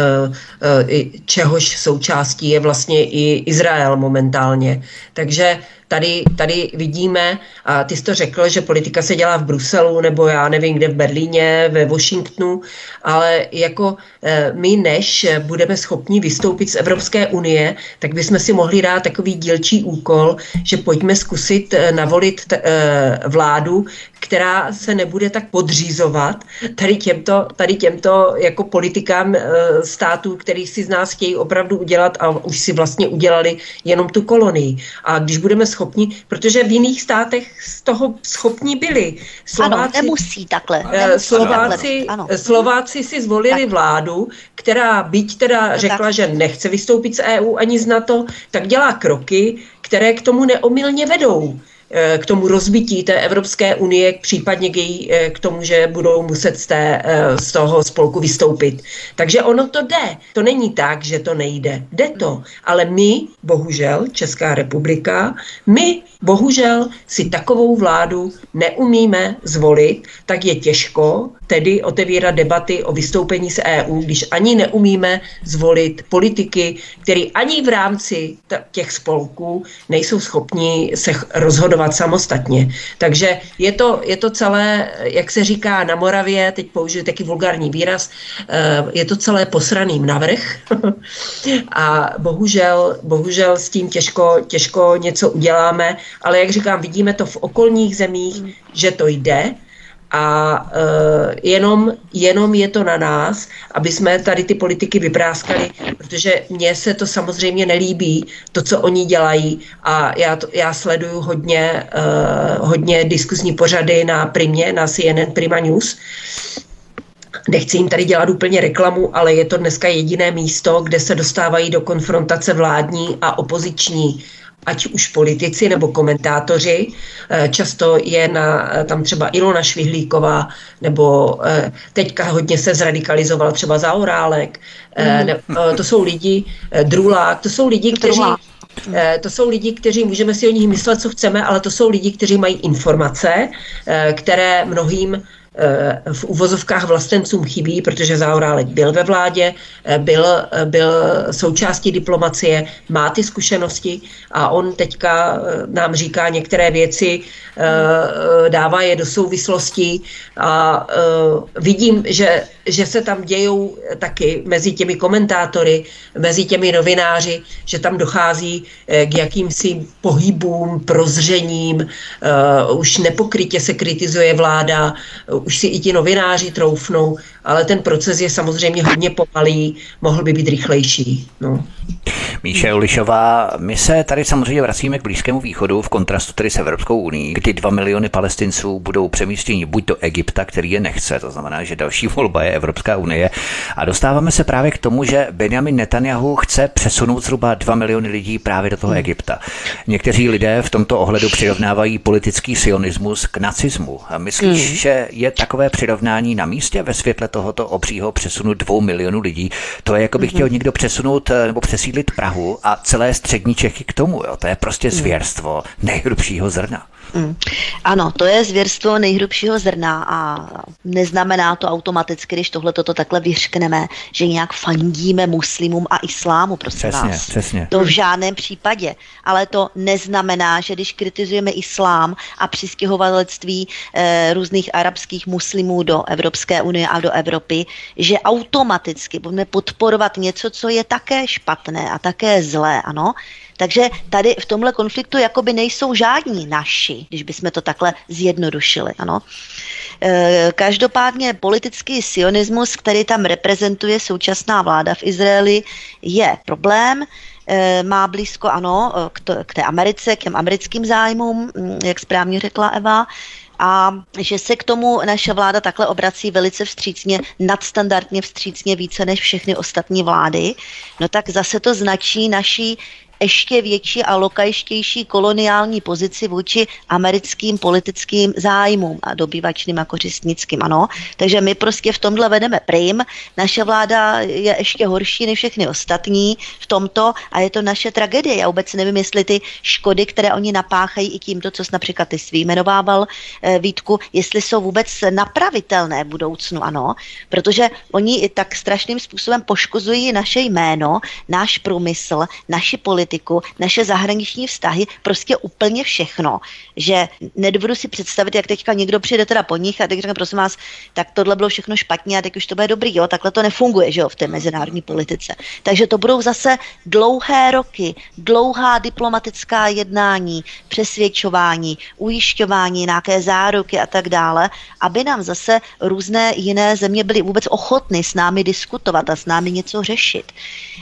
e, čehož součástí je vlastně i Izrael momentálně. Takže Tady, tady vidíme, a ty jsi to řekl, že politika se dělá v Bruselu, nebo já nevím kde, v Berlíně, ve Washingtonu, ale jako e, my, než budeme schopni vystoupit z Evropské unie, tak bychom si mohli dát takový dílčí úkol, že pojďme zkusit e, navolit t, e, vládu, která se nebude tak podřízovat tady těmto, tady těmto jako politikám e, států, který si z nás chtějí opravdu udělat a už si vlastně udělali jenom tu kolonii. A když budeme schopni, protože v jiných státech z toho schopni byli. Slováci, ano, nemusí takhle. Nemusí Slováci, takhle. Slováci si zvolili tak. vládu, která byť teda no řekla, tak. že nechce vystoupit z E U ani z NATO, tak dělá kroky, které k tomu neomylně vedou. K tomu rozbití té Evropské unie, případně k, její, k tomu, že budou muset z, té, z toho spolku vystoupit. Takže ono to jde. To není tak, že to nejde. Jde to. Ale my, bohužel, Česká republika, my, bohužel, si takovou vládu neumíme zvolit, tak je těžko tedy otevírat debaty o vystoupení z E U, když ani neumíme zvolit politiky, který ani v rámci t- těch spolků nejsou schopni se rozhodovat samostatně. Takže je to, je to celé, jak se říká na Moravě, teď použiju taky vulgární výraz, je to celé posraným navrch a bohužel, bohužel s tím těžko, těžko něco uděláme, ale jak říkám, vidíme to v okolních zemích, že to jde. A uh, jenom, jenom je to na nás, aby jsme tady ty politiky vypráskali, protože mně se to samozřejmě nelíbí, to, co oni dělají a já, to, já sleduju hodně, uh, hodně diskuzní pořady na Primě, na C N N Prima News. Nechci jim tady dělat úplně reklamu, ale je to dneska jediné místo, kde se dostávají do konfrontace vládní a opoziční, ať už politici nebo komentátoři. Často je na, tam třeba Ilona Švihlíková, nebo teďka hodně se zradikalizoval třeba Zaorálek. Mm. Ne, to jsou lidi, Drulák, to jsou lidi, kteří... To jsou lidi, kteří, můžeme si o nich myslet, co chceme, ale to jsou lidi, kteří mají informace, které mnohým v uvozovkách vlastencům chybí, protože Zaorálek byl ve vládě, byl, byl součástí diplomacie, má ty zkušenosti a on teďka nám říká některé věci, dává je do souvislostí a vidím, že, že se tam dějou taky mezi těmi komentátory, mezi těmi novináři, že tam dochází k jakýmsi pohybům, prozřením, už nepokrytě se kritizuje vláda, už si i ti novináři troufnou, ale ten proces je samozřejmě hodně pomalý, mohl by být rychlejší. No. Míše Ulišová, my se tady samozřejmě vracíme k Blízkému východu v kontrastu tedy s Evropskou unií, kdy dva miliony Palestinců budou přemístěni buď do Egypta, který je nechce, to znamená, že další volba je Evropská unie. A dostáváme se právě k tomu, že Benjamin Netanyahu chce přesunout zhruba dva miliony lidí právě do toho Egypta. Někteří lidé v tomto ohledu přirovnávají politický sionismus k nacismu. A myslíš, mm. že je takové přirovnání na místě ve světle tohoto obřího přesunu dvou milionů lidí? To je, jako by chtěl někdo přesunout nebo přesídlit Prahu a celé střední Čechy k tomu. Jo? To je prostě zvěrstvo nejhrubšího zrna. Mm. Ano, to je zvěrstvo nejhrubšího zrna a neznamená to automaticky, když tohle toto takhle vyřkneme, že nějak fandíme muslimům a islámu, prosím přesně, vás. Přesně. To v žádném případě. Ale to neznamená, že když kritizujeme islám a přistěhovalectví e, různých arabských muslimů do Evropské unie a do Evropy, že automaticky budeme podporovat něco, co je také špatné a také zlé, ano. Takže tady v tomhle konfliktu jakoby nejsou žádní naši, když bychom to takhle zjednodušili, ano. E, každopádně politický sionismus, který tam reprezentuje současná vláda v Izraeli, je problém. E, má blízko, ano, k, to, k té Americe, k těm americkým zájmům, jak správně řekla Eva, a že se k tomu naše vláda takhle obrací velice vstřícně, nadstandardně vstřícně více než všechny ostatní vlády, no tak zase to značí naší ještě větší a lokajštější koloniální pozici vůči americkým politickým zájmům a dobývačným a kořistnickým, ano. Takže my prostě v tomhle vedeme prim, naše vláda je ještě horší než všechny ostatní v tomto a je to naše tragédie. Já vůbec nevím, jestli ty škody, které oni napáchají i tímto, co jsi například ty svý jmenovával, Vítku, jestli jsou vůbec napravitelné v budoucnu, ano, protože oni tak strašným způsobem poškozují naše jméno, náš průmysl, naši politiku, naše zahraniční vztahy, prostě úplně všechno, že nedovedu si představit, jak teďka někdo přijde teda po nich a teď řekne, prosím vás, tak tohle bylo všechno špatně a teď už to bude dobrý, jo, takhle to nefunguje, že jo, v té mezinárodní politice. Takže to budou zase dlouhé roky, dlouhá diplomatická jednání, přesvědčování, ujišťování, nějaké záruky a tak dále, aby nám zase různé jiné země byly vůbec ochotny s námi diskutovat a s námi něco řešit.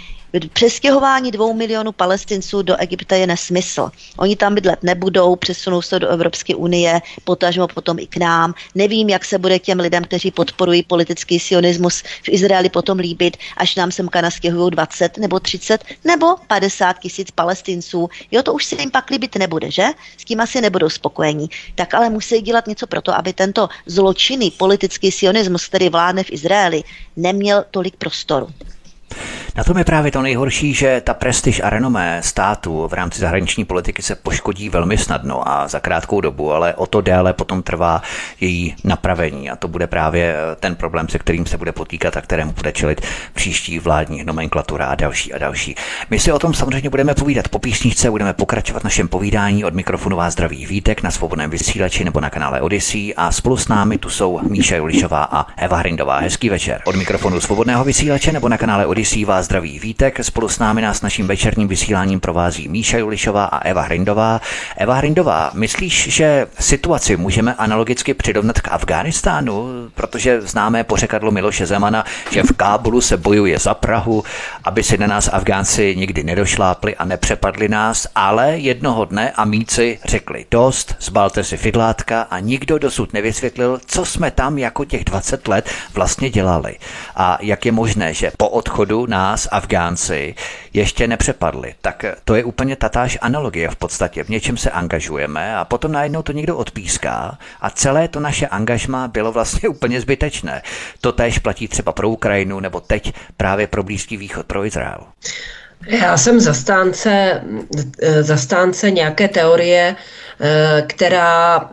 Přestěhování dvou milionů Palestinců do Egypta je nesmysl. Oni tam bydlet nebudou, přesunou se do Evropské unie, potažmo potom i k nám. Nevím, jak se bude těm lidem, kteří podporují politický sionismus v Izraeli potom líbit, až nám semka nastěhují dvacet nebo třicet nebo padesát tisíc Palestinců. Jo, to už se jim pak líbit nebude, že? S tím asi nebudou spokojení. Tak ale musí dělat něco pro to, aby tento zločinný politický sionismus, který vládne v Izraeli, neměl tolik prostoru. Na tom je právě to nejhorší, že ta prestiž a renomé státu v rámci zahraniční politiky se poškodí velmi snadno a za krátkou dobu, ale o to déle potom trvá její napravení a to bude právě ten problém, se kterým se bude potýkat a kterému bude čelit příští vládní nomenklatura a další a další. My si o tom samozřejmě budeme povídat po písničce, budeme pokračovat v našem povídání. Od mikrofonu vás zdraví Vítek na Svobodném vysílači nebo na kanále Odyssey a spolu s námi tu jsou Míša Julišová a Eva Hrindová. Hezký večer. Od mikrofonu Svobodného vysílače nebo na kanále Odyssey vás zdraví Vítek, spolu s námi nás naším večerním vysíláním provází Míša Julišová a Eva Hrindová. Eva Hrindová, myslíš, že situaci můžeme analogicky přirovnat k Afghánistánu, protože známé pořekadlo Miloše Zemana, že v Kábulu se bojuje za Prahu, aby si na nás Afgánci nikdy nedošlápli a nepřepadli nás, ale jednoho dne Amíci řekli dost, zbalte si fidlátka a nikdo dosud nevysvětlil, co jsme tam jako těch dvacet let vlastně dělali. A jak je možné, že po odchodu nás Afgánci ještě nepřepadli. Tak to je úplně tatáž analogie v podstatě. V něčem se angažujeme a potom najednou to někdo odpíská a celé to naše angažmá bylo vlastně úplně zbytečné. To též platí třeba pro Ukrajinu nebo teď právě pro Blízký východ, pro Izrael. Já jsem zastánce, zastánce nějaké teorie, která,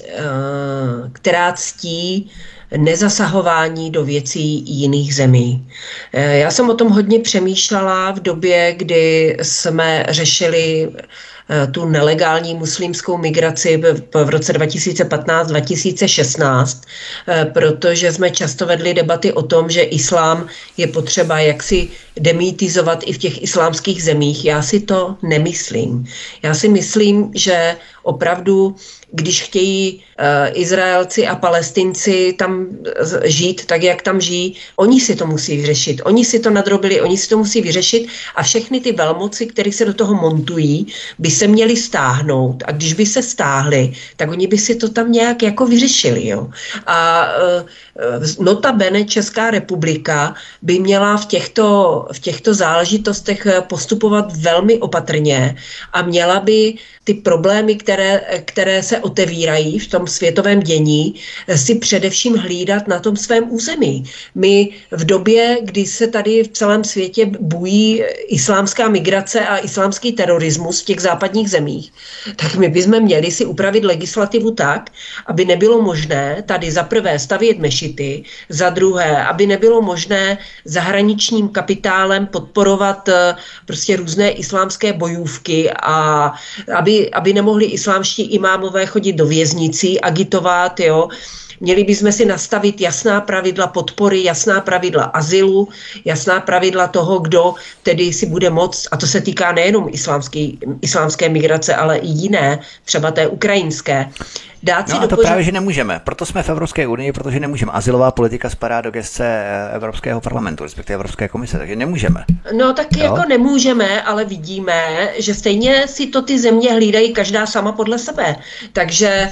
která ctí nezasahování do věcí jiných zemí. Já jsem o tom hodně přemýšlela v době, kdy jsme řešili tu nelegální muslimskou migraci v roce dva tisíce patnáct dva tisíce šestnáct, protože jsme často vedli debaty o tom, že islám je potřeba jaksi demýtizovat i v těch islámských zemích. Já si to nemyslím. Já si myslím, že opravdu, když chtějí uh, Izraelci a Palestinci tam žít tak, jak tam žijí, oni si to musí vyřešit. Oni si to nadrobili, oni si to musí vyřešit a všechny ty velmoci, které se do toho montují, by se měli stáhnout. A když by se stáhli, tak oni by si to tam nějak jako vyřešili. Jo? A uh, notabene Česká republika by měla v těchto těchto, v těchto záležitostech postupovat velmi opatrně a měla by ty problémy, které, které se otevírají v tom světovém dění, si především hlídat na tom svém území. My v době, kdy se tady v celém světě bují islámská migrace a islámský terorismus v těch západních zemích, tak my bychom měli si upravit legislativu tak, aby nebylo možné tady za prvé stavět mešity, za druhé, aby nebylo možné zahraničním kapitálem podporovat prostě různé islámské bojůvky a aby aby nemohli islámští imámové chodit do věznicí, agitovat, jo. Měli bychom si nastavit jasná pravidla podpory, jasná pravidla azylu, jasná pravidla toho, kdo tedy si bude moct, a to se týká nejenom islámský, islámské migrace, ale i jiné, třeba té ukrajinské. Dát si no a to dopořád... právě, že nemůžeme. Proto jsme v Evropské unii, protože nemůžeme. Azylová politika spadá do gesce Evropského parlamentu, respektive Evropské komise, takže nemůžeme. No tak jo? Jako nemůžeme, ale vidíme, že stejně si to ty země hlídají každá sama podle sebe. Takže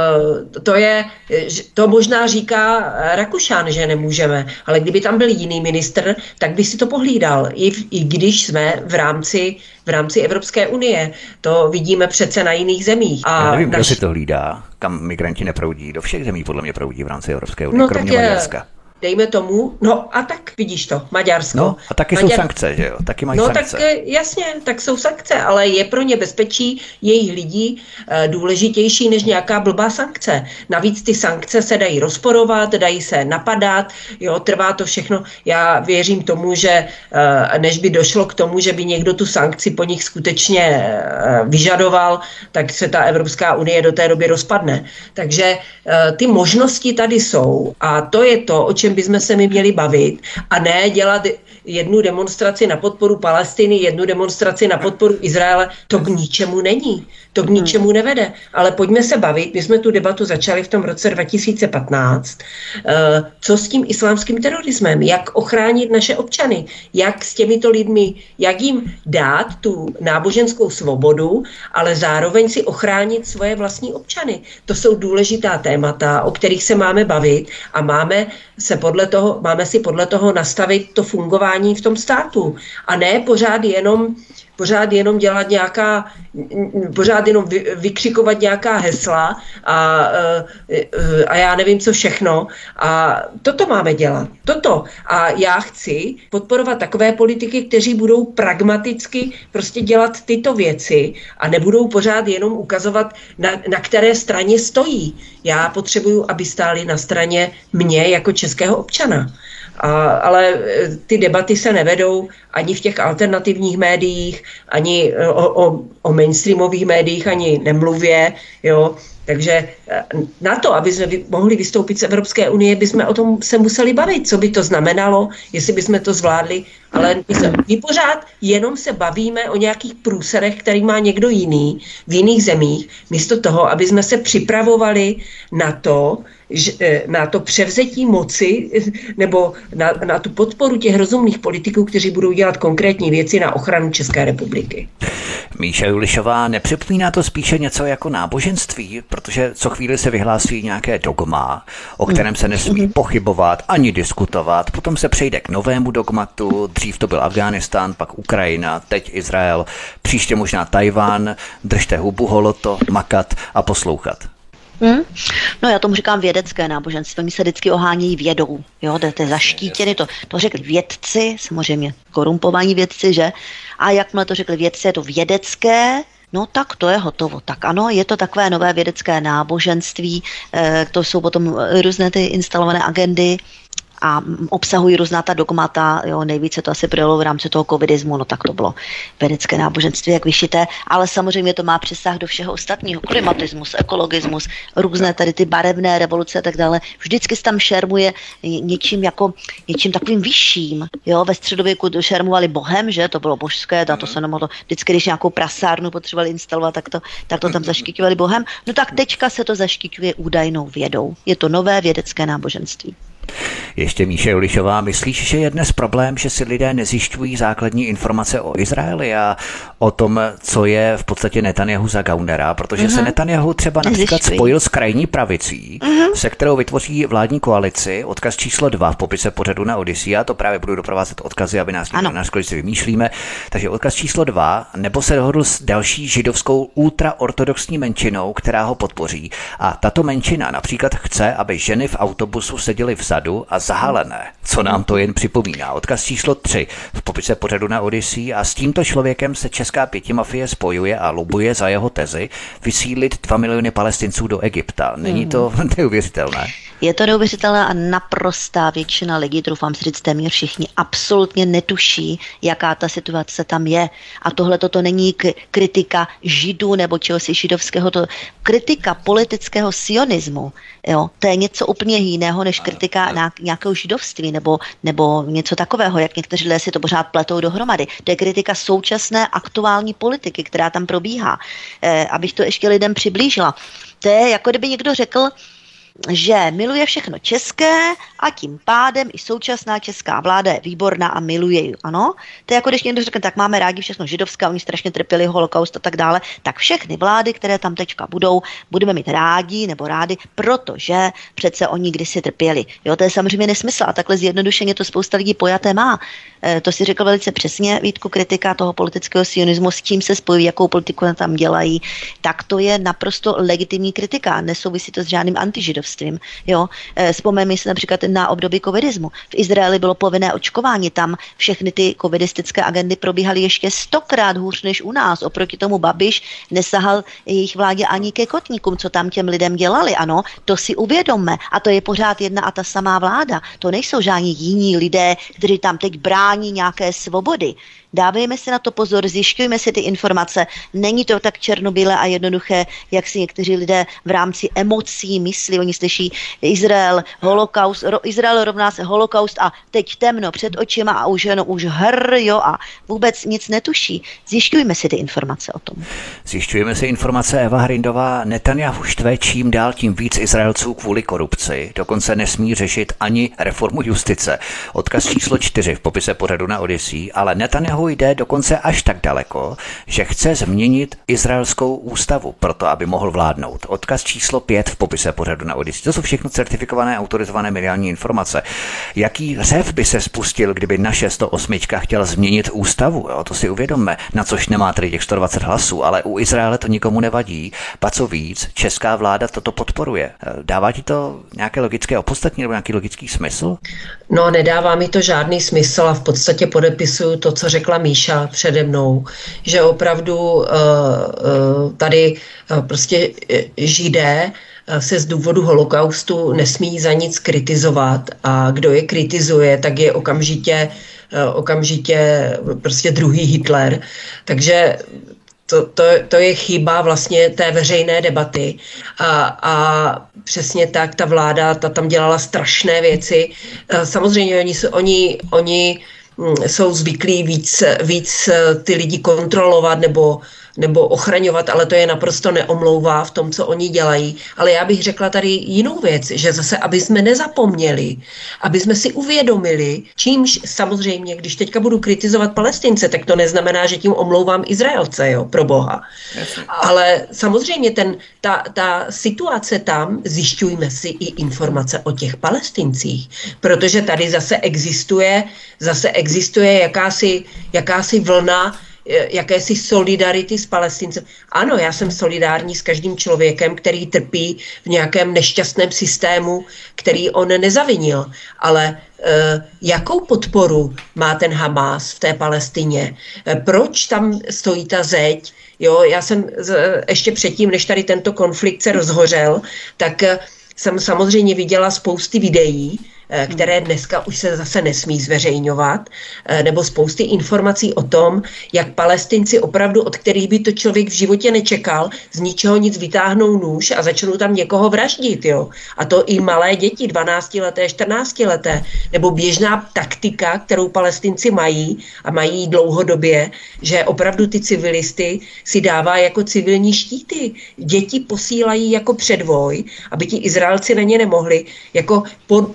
uh, to je, to možná říká Rakušan, že nemůžeme, ale kdyby tam byl jiný ministr, tak by si to pohlídal, i, v, i když jsme v rámci v rámci Evropské unie. To vidíme přece na jiných zemích. A Já nevím, naš... kdo si to hlídá, kam migranti neproudí. Do všech zemí podle mě proudí v rámci Evropské unie, no, kromě je... Maďarska. Dejme tomu, no a tak vidíš to, Maďarsko. No a taky Maďar... jsou sankce, že jo, taky mají no, sankce. No tak jasně, tak jsou sankce, ale je pro ně bezpečí jejich lidí e, důležitější než nějaká blbá sankce. Navíc ty sankce se dají rozporovat, dají se napadat, jo, trvá to všechno. Já věřím tomu, že e, než by došlo k tomu, že by někdo tu sankci po nich skutečně e, vyžadoval, tak se ta Evropská unie do té doby rozpadne. Takže e, ty možnosti tady jsou a to je to, o čem bychom se mi měli bavit a ne dělat jednu demonstraci na podporu Palestiny, jednu demonstraci na podporu Izraele. To k ničemu není. To k ničemu nevede. Ale pojďme se bavit. My jsme tu debatu začali v tom roce dva tisíce patnáct. Co s tím islámským terorismem? Jak ochránit naše občany? Jak s těmito lidmi, jak jim dát tu náboženskou svobodu, ale zároveň si ochránit svoje vlastní občany? To jsou důležitá témata, o kterých se máme bavit a máme se podle toho, máme si podle toho nastavit to fungování v tom státu. A ne pořád jenom pořád jenom dělat nějaká, pořád jenom vy, vykřikovat nějaká hesla a, a já nevím co všechno. A toto máme dělat. Toto. A já chci podporovat takové politiky, kteří budou pragmaticky prostě dělat tyto věci a nebudou pořád jenom ukazovat, na, na které straně stojí. Já potřebuju, aby stáli na straně mě jako českého občana. A, ale ty debaty se nevedou ani v těch alternativních médiích, ani o, o, o mainstreamových médiích, ani nemluvě, jo. Takže na to, aby jsme mohli vystoupit z Evropské unie, bychom o tom se museli bavit, co by to znamenalo, jestli bychom to zvládli, ale my, se, my pořád jenom se bavíme o nějakých průserech, který má někdo jiný v jiných zemích, místo toho, aby jsme se připravovali na to, na to převzetí moci nebo na, na tu podporu těch rozumných politiků, kteří budou dělat konkrétní věci na ochranu České republiky. Míša Julišová, nepřipomíná to spíše něco jako náboženství, protože co chvíli se vyhlásí nějaké dogma, o kterém se nesmí pochybovat ani diskutovat, potom se přejde k novému dogmatu, dřív to byl Afghánistán, pak Ukrajina, teď Izrael, příště možná Tajván, držte hubu, holoto, makat a poslouchat. Hmm? No já tomu říkám vědecké náboženství, oni se vždycky ohánějí vědou, jo, to je zaštítěny, to, to řekli vědci, samozřejmě korumpovaní vědci, že? A jakmile to řekli vědci, je to vědecké, no tak to je hotovo. Tak ano, je to takové nové vědecké náboženství, eh, to jsou potom různé ty instalované agendy, a obsahují různá ta dogmata, jo, nejvíce to asi projelo v rámci toho covidismu, no tak to bylo vědecké náboženství jak vyšité, ale samozřejmě to má přesah do všeho ostatního, klimatismus, ekologismus, různé tady ty barevné revoluce a tak dále, vždycky se tam šermuje něčím jako, něčím takovým vyšším, jo, ve středověku šermovali bohem, že, to bylo božské, a to se nemohlo, vždycky, když nějakou prasárnu potřebovali instalovat, tak to, tak to tam zaštíťovali bohem, no tak teďka se to zaštíťuje údajnou vědou, je to nové vědecké náboženství. Ještě Míše Julišová, myslíš, že je dnes problém, že si lidé nezjišťují základní informace o Izraeli a o tom, co je v podstatě Netanjahu za gaunera, protože uh-huh. se Netanjahu třeba například Nezjišťují. spojil s krajní pravicí, uh-huh. se kterou vytvoří vládní koalici, odkaz číslo dva v popise pořadu na Odyssey, a to právě budu doprovázet odkazy, aby nás někdo naškoli si vymýšlíme. Takže odkaz číslo dva, nebo se dohodl s další židovskou ultraortodoxní menšinou, která ho podpoří. A tato menšina například chce, aby ženy v autobusu seděly vzadu a zahalené. Co nám to jen připomíná. Odkaz číslo tři v popise pořadu na Odyssey, a s tímto člověkem se česká pětimafie spojuje a lobuje za jeho tezi vysílit dva miliony Palestinců do Egypta. Není to neuvěřitelné? Je to neuvěřitelné a naprostá většina lidí, troufám si říct téměř všichni, absolutně netuší, jaká ta situace tam je. A tohle toto není k- kritika židů nebo čehosi židovského, to kritika politického sionismu. Jo? To je něco úplně jiného, než kritika na nějakého židovství nebo, nebo něco takového, jak někteří lidé si to pořád pletou dohromady. To je kritika současné aktuální politiky, která tam probíhá. Eh, abych to ještě lidem přiblížila. To je, jako kdyby někdo řekl, že miluje všechno české a tím pádem i současná česká vláda je výborná a miluje ji. Ano? To je jako když někdo řekne, tak máme rádi všechno židovské, oni strašně trpěli holokaust a tak dále, tak všechny vlády, které tam teďka budou, budeme mít rádi nebo rádi, protože přece oni kdysi trpěli. Jo, to je samozřejmě nesmysl a takhle zjednodušeně to spousta lidí pojaté má. E, to si řekl velice přesně, Vítku, kritika toho politického sionismu, s tím se spojí, jakou politiku tam dělají, tak to je naprosto legitimní kritika, nesouvisí to s žádným antižidovstvím. Jo, e, vzpomeňme si například na období covidismu. V Izraeli bylo povinné očkování, tam všechny ty covidistické agendy probíhaly ještě stokrát hůř než u nás. Oproti tomu Babiš nesahal jejich vládě ani ke kotníkům, co tam těm lidem dělali. Ano, to si uvědomme. A to je pořád jedna a ta samá vláda. To nejsou žádní jiní lidé, kteří tam teď brání nějaké svobody. Dávejme si na to pozor, zjišťujme si ty informace. Není to tak černobílé a jednoduché, jak si někteří lidé v rámci emocí myslí. Oni slyší Izrael, holokaust, ro, Izrael rovná se holokaust a teď temno před očima a už jenom už hr, jo, a vůbec nic netuší. Zjišťujme si ty informace o tom. Zjišťujeme si informace. Eva Hrindová. Netanjahu štve čím dál tím víc Izraelců kvůli korupci. Dokonce nesmí řešit ani reformu justice. Odkaz číslo čtyři v popise pořadu na Odyssey, ale Netanjahu jde dokonce až tak daleko, že chce změnit izraelskou ústavu proto, aby mohl vládnout. Odkaz číslo pět v popise pořadu na Odyssey. To jsou všechno certifikované, autorizované mediální informace. Jaký řev by se spustil, kdyby naše sto osm chtěla změnit ústavu? Jo, to si uvědomme, na což nemá tedy těch sto dvacet hlasů, ale u Izraele to nikomu nevadí. Ba co víc, česká vláda toto podporuje. Dává ti to nějaké logické opodstatnění nebo nějaký logický smysl? No, nedává mi to žádný smysl a v podstatě podepisuju to, co řekla Míša přede mnou, že opravdu uh, uh, tady uh, prostě židé se z důvodu holokaustu nesmí za nic kritizovat a kdo je kritizuje, tak je okamžitě, okamžitě prostě druhý Hitler. Takže to, to, to je chyba vlastně té veřejné debaty a, a přesně tak ta vláda, ta tam dělala strašné věci. Samozřejmě oni, oni, oni jsou zvyklí víc, víc ty lidi kontrolovat nebo nebo ochraňovat, ale to je naprosto neomlouvá v tom, co oni dělají. Ale já bych řekla tady jinou věc, že zase, aby jsme nezapomněli, aby jsme si uvědomili, čímž samozřejmě, když teďka budu kritizovat Palestince, tak to neznamená, že tím omlouvám Izraelce, jo, pro boha. Jasně. Ale samozřejmě ten, ta, ta situace tam, zjišťujme si i informace o těch Palestincích, protože tady zase existuje, zase existuje jakási, jakási vlna jakési solidarity s Palestincem. Ano, já jsem solidární s každým člověkem, který trpí v nějakém nešťastném systému, který on nezavinil. Ale e, jakou podporu má ten Hamás v té Palestině? E, proč tam stojí ta zeď? Jo, já jsem z, ještě předtím, než tady tento konflikt se rozhořel, tak e, jsem samozřejmě viděla spousty videí, které dneska už se zase nesmí zveřejňovat, nebo spousty informací o tom, jak Palestinci opravdu, od kterých by to člověk v životě nečekal, z ničeho nic vytáhnou nůž a začnou tam někoho vraždit. Jo? A to i malé děti, dvanáctileté, čtrnáctileté, nebo běžná taktika, kterou Palestinci mají a mají dlouhodobě, že opravdu ty civilisty si dává jako civilní štíty. Děti posílají jako předvoj, aby ti Izraelci na ně nemohli. Jako po, pro mě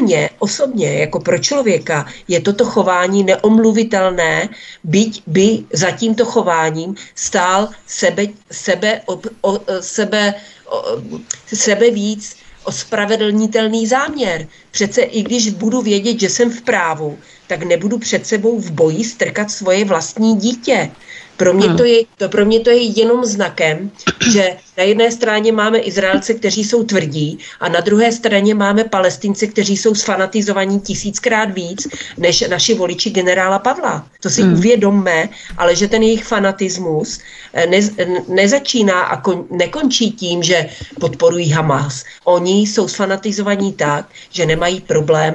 mě osobně, jako pro člověka, je toto chování neomluvitelné, byť by za tímto chováním stál sebe, sebe, o, o, sebe, o, sebe víc ospravedlnitelný záměr. Přece i když budu vědět, že jsem v právu, tak nebudu před sebou v boji strkat svoje vlastní dítě. Pro mě, to je, to, pro mě to je jenom znakem, že na jedné straně máme Izraelce, kteří jsou tvrdí, a na druhé straně máme Palestince, kteří jsou sfanatizovaní tisíckrát víc než naši voliči generála Pavla. To si hmm. uvědomme, ale že ten jejich fanatismus ne, nezačíná a kon, nekončí tím, že podporují Hamas. Oni jsou sfanatizovaní tak, že nemají problém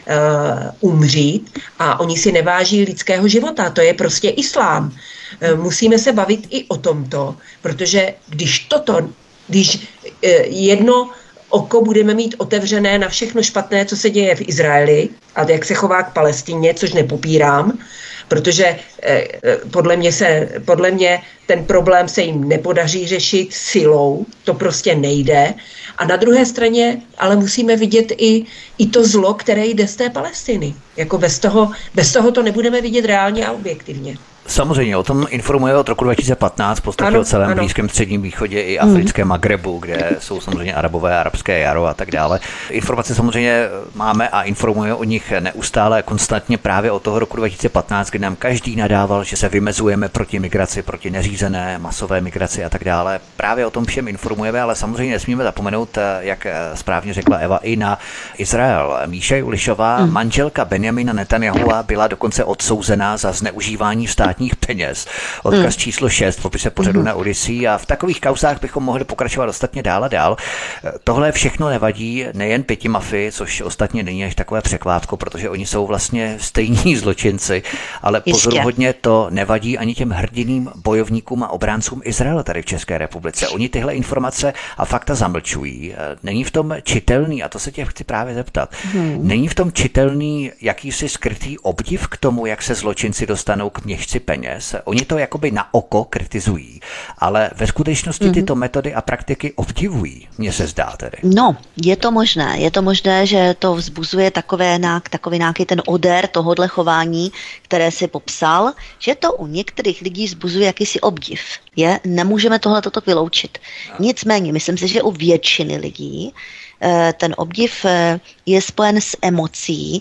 uh, umřít a oni si neváží lidského života. To je prostě islám. Musíme se bavit i o tomto, protože když toto, když jedno oko budeme mít otevřené na všechno špatné, co se děje v Izraeli a jak se chová k Palestině, což nepopírám, protože podle mě, se, podle mě ten problém se jim nepodaří řešit silou, to prostě nejde. A na druhé straně ale musíme vidět i, i to zlo, které jde z té Palestiny. Jako bez toho, bez toho to nebudeme vidět reálně a objektivně. Samozřejmě, o tom informuje od roku dva tisíce patnáct, v podstatě ano, o celém ano. Blízkém středním východě i africkém Magrebu, kde jsou samozřejmě Arabové, arabské jaro a tak dále. Informace samozřejmě máme a informuje o nich neustále, konstantně právě od toho roku dva tisíce patnáct, kdy nám každý nadával, že se vymezujeme proti migraci, proti neřízené masové migraci a tak dále. Právě o tom všem informujeme, ale samozřejmě nesmíme zapomenout, jak správně řekla Eva, i na Izrael. Míša Julišová, mm. manželka Benjamina Netanyahua, byla dokonce odsouzená za zneužívání státních peněz. Odkaz hmm. číslo šest v popise pořadu hmm. na Odyssey, a v takových kauzách bychom mohli pokračovat ostatně dál a dál. Tohle všechno nevadí nejen pěti mafii, což ostatně není až takové překvápko, protože oni jsou vlastně stejní zločinci, ale pozoruhodně to nevadí ani těm hrdiným bojovníkům a obráncům Izraele tady v České republice. Oni tyhle informace a fakta zamlčují. Není v tom čitelný, a to se tě chci právě zeptat, hmm. není v tom čitelný jakýsi skrytý obdiv k tomu, jak se zločinci dostanou k měšci peněz. Oni to jakoby na oko kritizují, ale ve skutečnosti mm-hmm. tyto metody a praktiky obdivují, mně se zdá tedy. No, je to možné. Je to možné, že to vzbuzuje takové, takový nějaký ten odér tohodle chování, které si popsal, že to u některých lidí vzbuzuje jakýsi obdiv. Je, nemůžeme tohle toto vyloučit. No. Nicméně, myslím si, že u většiny lidí ten obdiv je spojen s emocí,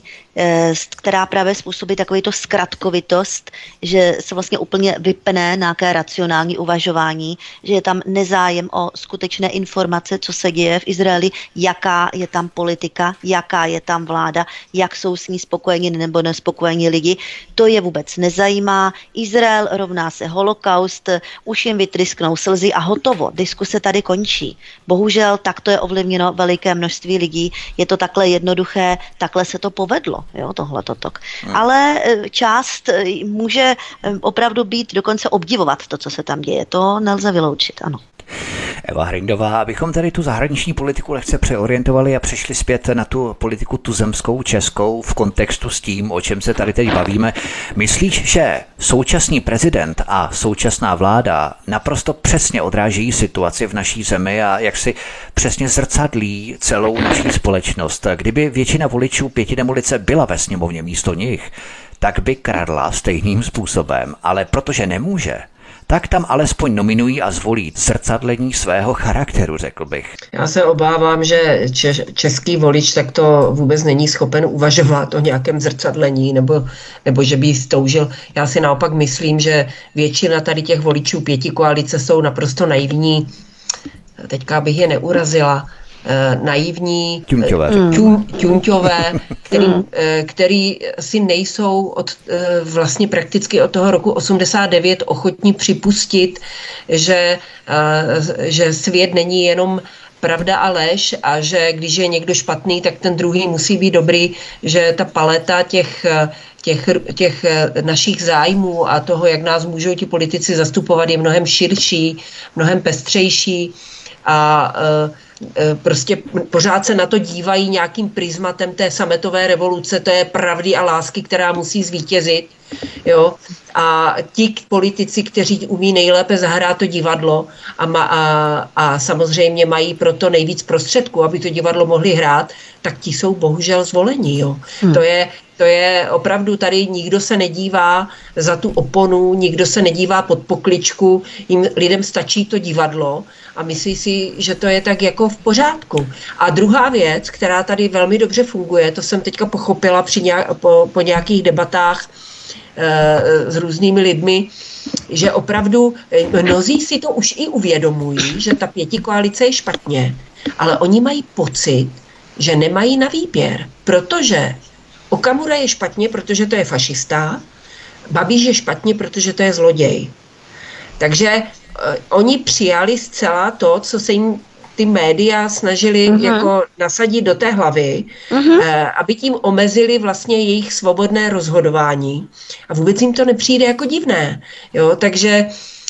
která právě způsobí takovýto zkratkovitost, že se vlastně úplně vypne nějaké racionální uvažování, že je tam nezájem o skutečné informace, co se děje v Izraeli, jaká je tam politika, jaká je tam vláda, jak jsou s ní spokojeni nebo nespokojeni lidi. To je vůbec nezajímá. Izrael rovná se holokaust, už jim vytrysknou slzy a hotovo. Diskuse tady končí. Bohužel takto je ovlivněno veliké množství lidí. Je to takhle jednoduché, takhle se to povedlo. Jo, tohle totok. Hmm. Ale část může opravdu být, dokonce obdivovat to, co se tam děje. To nelze vyloučit, ano. Eva Hrindová, abychom tady tu zahraniční politiku lehce přeorientovali a přešli zpět na tu politiku tuzemskou, českou, v kontextu s tím, o čem se tady teď bavíme. Myslíš, že současný prezident a současná vláda naprosto přesně odrážejí situaci v naší zemi a jak si přesně zrcadlí celou naší společnost? Kdyby většina voličů Pětidemolice byla ve sněmovně místo nich, tak by kradla stejným způsobem, ale protože nemůže, tak tam alespoň nominují a zvolí zrcadlení svého charakteru, řekl bych. Já se obávám, že češ, český volič tak to vůbec není schopen uvažovat o nějakém zrcadlení, nebo, nebo že by toužil. Já si naopak myslím, že většina tady těch voličů pětikoalice jsou naprosto naivní, teďka bych je neurazila, naivní ťunťové, ťunťové který, který si nejsou od, vlastně prakticky od toho roku osmdesát devět ochotní připustit, že, že svět není jenom pravda a lež a že když je někdo špatný, tak ten druhý musí být dobrý, že ta paleta těch Těch, těch našich zájmů a toho, jak nás můžou ti politici zastupovat, je mnohem širší, mnohem pestřejší a prostě pořád se na to dívají nějakým prismatem té sametové revoluce, to je pravdy a lásky, která musí zvítězit. Jo? A ti politici, kteří umí nejlépe zahrát to divadlo a, ma, a, a samozřejmě mají proto nejvíc prostředků, aby to divadlo mohli hrát, tak ti jsou bohužel zvolení. Jo? Hmm. To je To je opravdu tady, nikdo se nedívá za tu oponu, nikdo se nedívá pod pokličku, jim lidem stačí to divadlo a myslí si, že to je tak jako v pořádku. A druhá věc, která tady velmi dobře funguje, to jsem teďka pochopila při nějak, po, po nějakých debatách e, s různými lidmi, že opravdu mnozí si to už i uvědomují, že ta pětikoalice je špatně, ale oni mají pocit, že nemají na výběr, protože Okamura je špatně, protože to je fašista, Babiš je špatně, protože to je zloděj. Takže uh, oni přijali zcela to, co se jim ty média snažili uh-huh. jako nasadit do té hlavy, uh-huh. uh, aby tím omezili vlastně jejich svobodné rozhodování. A vůbec jim to nepřijde jako divné. Jo? Takže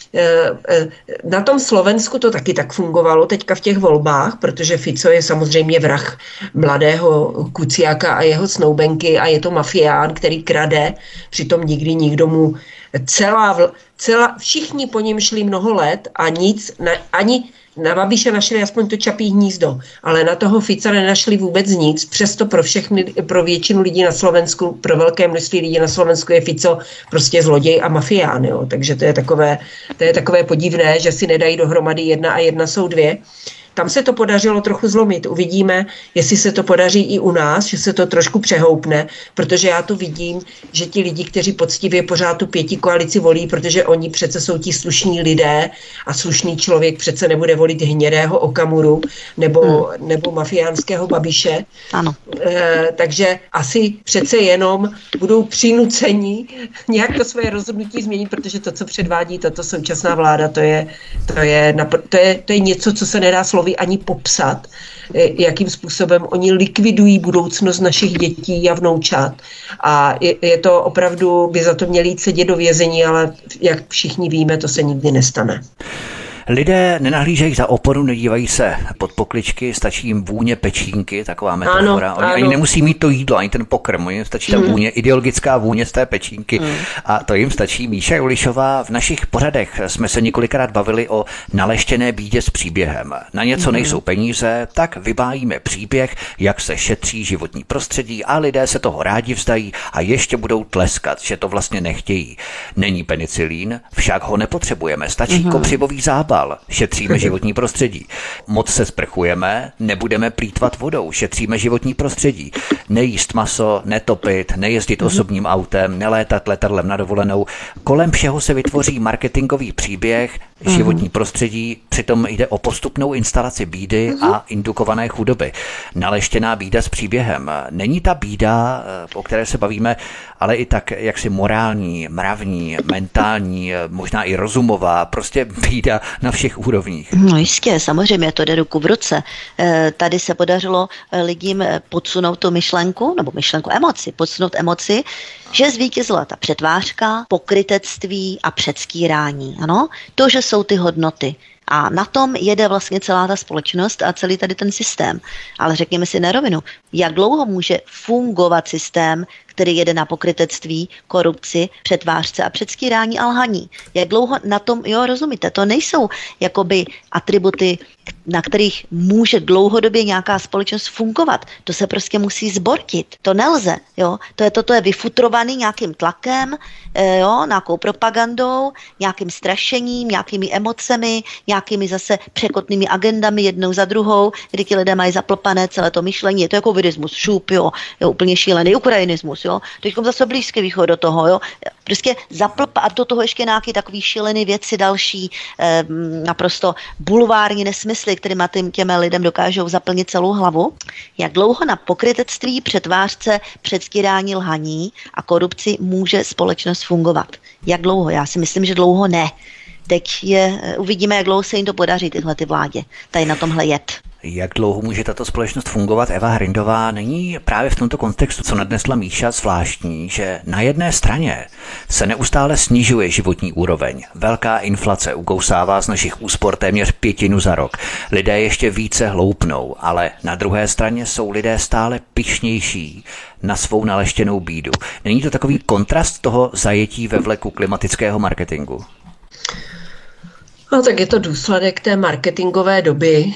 na tom Slovensku to taky tak fungovalo teďka v těch volbách, protože Fico je samozřejmě vrah mladého Kuciaka a jeho snoubenky a je to mafián, který krade, přitom nikdy nikdo mu celá, celá všichni po něm šli mnoho let a nic, na, ani na Babiše našli aspoň to Čapí hnízdo, ale na toho Fica nenašli vůbec nic, přesto pro všechny, pro většinu lidí na Slovensku, pro velké množství lidí na Slovensku je Fico prostě zloděj a mafián, jo. Takže to je takové, to je takové podivné, že si nedají dohromady jedna a jedna jsou dvě. Tam se to podařilo trochu zlomit. Uvidíme, jestli se to podaří i u nás, že se to trošku přehoupne, protože já to vidím, že ti lidi, kteří poctivě pořád tu pětikoalici volí, protože oni přece jsou ti slušní lidé a slušný člověk přece nebude volit hnědého Okamuru nebo, hmm. nebo mafiánského Babiše. Ano. E, takže asi přece jenom budou přinuceni nějak to své rozhodnutí změnit, protože to, co předvádí tato současná vláda, to je, to je, to je, to je něco, co se nedá slovy ani popsat, jakým způsobem oni likvidují budoucnost našich dětí a vnoučat. A je, je to opravdu, by za to měli jít sedět do vězení, ale jak všichni víme, to se nikdy nestane. Lidé nenahlížejí za oporu, nedívají se pod pokličky, stačí jim vůně pečínky, taková metafora. Ano, oni ano. ani nemusí mít to jídlo, ani ten pokrm, oni stačí ta mm. vůně, ideologická vůně z té pečínky mm. a to jim stačí. Míša Julišová, v našich pořadech jsme se několikrát bavili o naleštěné bídě s příběhem. Na něco mm. nejsou peníze, tak vybájíme příběh, jak se šetří životní prostředí a lidé se toho rádi vzdají a ještě budou tleskat, že to vlastně nechtějí. Není penicilín, však ho nepotřebujeme, stačí mm. kopřivový zábal. Šetříme životní prostředí. Moc se sprchujeme, nebudeme plýtvat vodou, šetříme životní prostředí. Nejíst maso, netopit, nejezdit osobním autem, nelétat letadlem na dovolenou. Kolem všeho se vytvoří marketingový příběh, životní prostředí, přitom jde o postupnou instalaci bídy a indukované chudoby. Naleštěná bída s příběhem. Není ta bída, o které se bavíme, ale i tak jaksi morální, mravní, mentální, možná i rozumová, prostě bída na všech úrovních. No jistě, samozřejmě to jde ruku v ruce. Tady se podařilo lidem podsunout tu myšlenku, nebo myšlenku emoci, podsunout emoci, že zvítězila ta přetvářka, pokrytectví a předstírání. Ano? To, že jsou ty hodnoty. A na tom jede vlastně celá ta společnost a celý tady ten systém. Ale řekněme si na rovinu, jak dlouho může fungovat systém, který jede na pokrytectví, korupci, přetvářce a předstírání a lhaní. Jak dlouho na tom, jo, rozumíte, to nejsou jakoby atributy, na kterých může dlouhodobě nějaká společnost fungovat. To se prostě musí zbortit. To nelze, jo. To je, toto je vyfutrovaný nějakým tlakem, jo, nějakou propagandou, nějakým strašením, nějakými emocemi, nějakými zase překotnými agendami jednou za druhou, kdy ti lidé mají zaplpané celé to myšlení. Je to jako vidismus, šup, jo, je úplně šílený ukrajinismus, jo. Teď zase Blízký východ do toho, jo. Prostě zaplpa a do toho ještě nějaký takový šílený věci další, eh, naprosto bulvární nesmysly, kterými těm, těm lidem dokážou zaplnit celou hlavu. Jak dlouho na pokrytectví, přetvářce, předstírání, lhaní a korupci může společnost fungovat? Jak dlouho? Já si myslím, že dlouho ne. Teď je, uvidíme, jak dlouho se jim to podaří, tyhle ty vládě, tady na tomhle jet. Jak dlouho může tato společnost fungovat? Eva Hrindová, není právě v tomto kontextu, co nadnesla Míša, zvláštní, že na jedné straně se neustále snižuje životní úroveň. Velká inflace ukousává z našich úspor téměř pětinu za rok. Lidé ještě více hloupnou, ale na druhé straně jsou lidé stále pyšnější na svou naleštěnou bídu. Není to takový kontrast toho zajetí ve vleku klimatického marketingu? No tak je to důsledek té marketingové doby.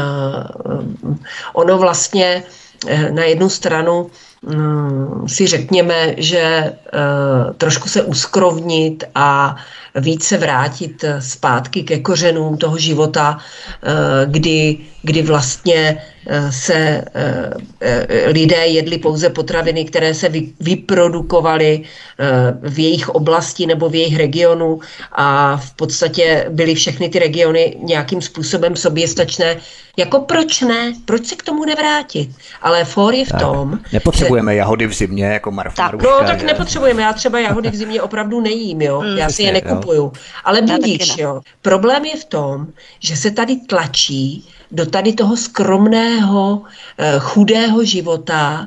Ono vlastně na jednu stranu si řekněme, že trošku se uskrovnit a více vrátit zpátky ke kořenům toho života, kdy, kdy vlastně se lidé jedli pouze potraviny, které se vyprodukovaly v jejich oblasti nebo v jejich regionu a v podstatě byly všechny ty regiony nějakým způsobem soběstačné. Jako proč ne? Proč se k tomu nevrátit? Ale fór je v tak, tom, nepotřebujeme že... jahody v zimě jako Marfa tak, Maruška. No tak je. nepotřebujeme, já třeba jahody v zimě opravdu nejím, jo. Mm, já si je nekupuju. Jo. Ale budíš, jo. Problém je v tom, že se tady tlačí do tady toho skromného, chudého života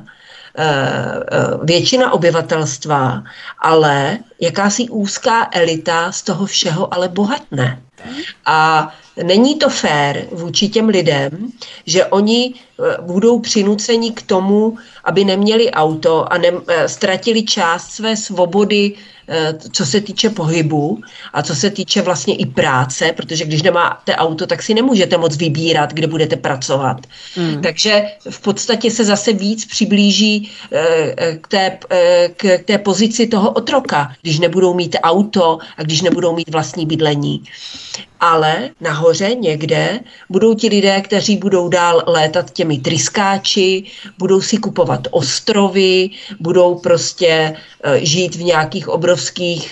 většina obyvatelstva, ale jakási úzká elita z toho všeho ale bohatne. A není to fér vůči těm lidem, že oni budou přinuceni k tomu, aby neměli auto a ne, ztratili část své svobody, co se týče pohybu a co se týče vlastně i práce, protože když nemáte auto, tak si nemůžete moc vybírat, kde budete pracovat. Mm. Takže v podstatě se zase víc přiblíží k té, k té pozici toho otroka, když nebudou mít auto a když nebudou mít vlastní bydlení. Ale nahoře někde budou ti lidé, kteří budou dál létat těmi tryskáči, budou si kupovat ostrovy, budou prostě uh, žít v nějakých obrovských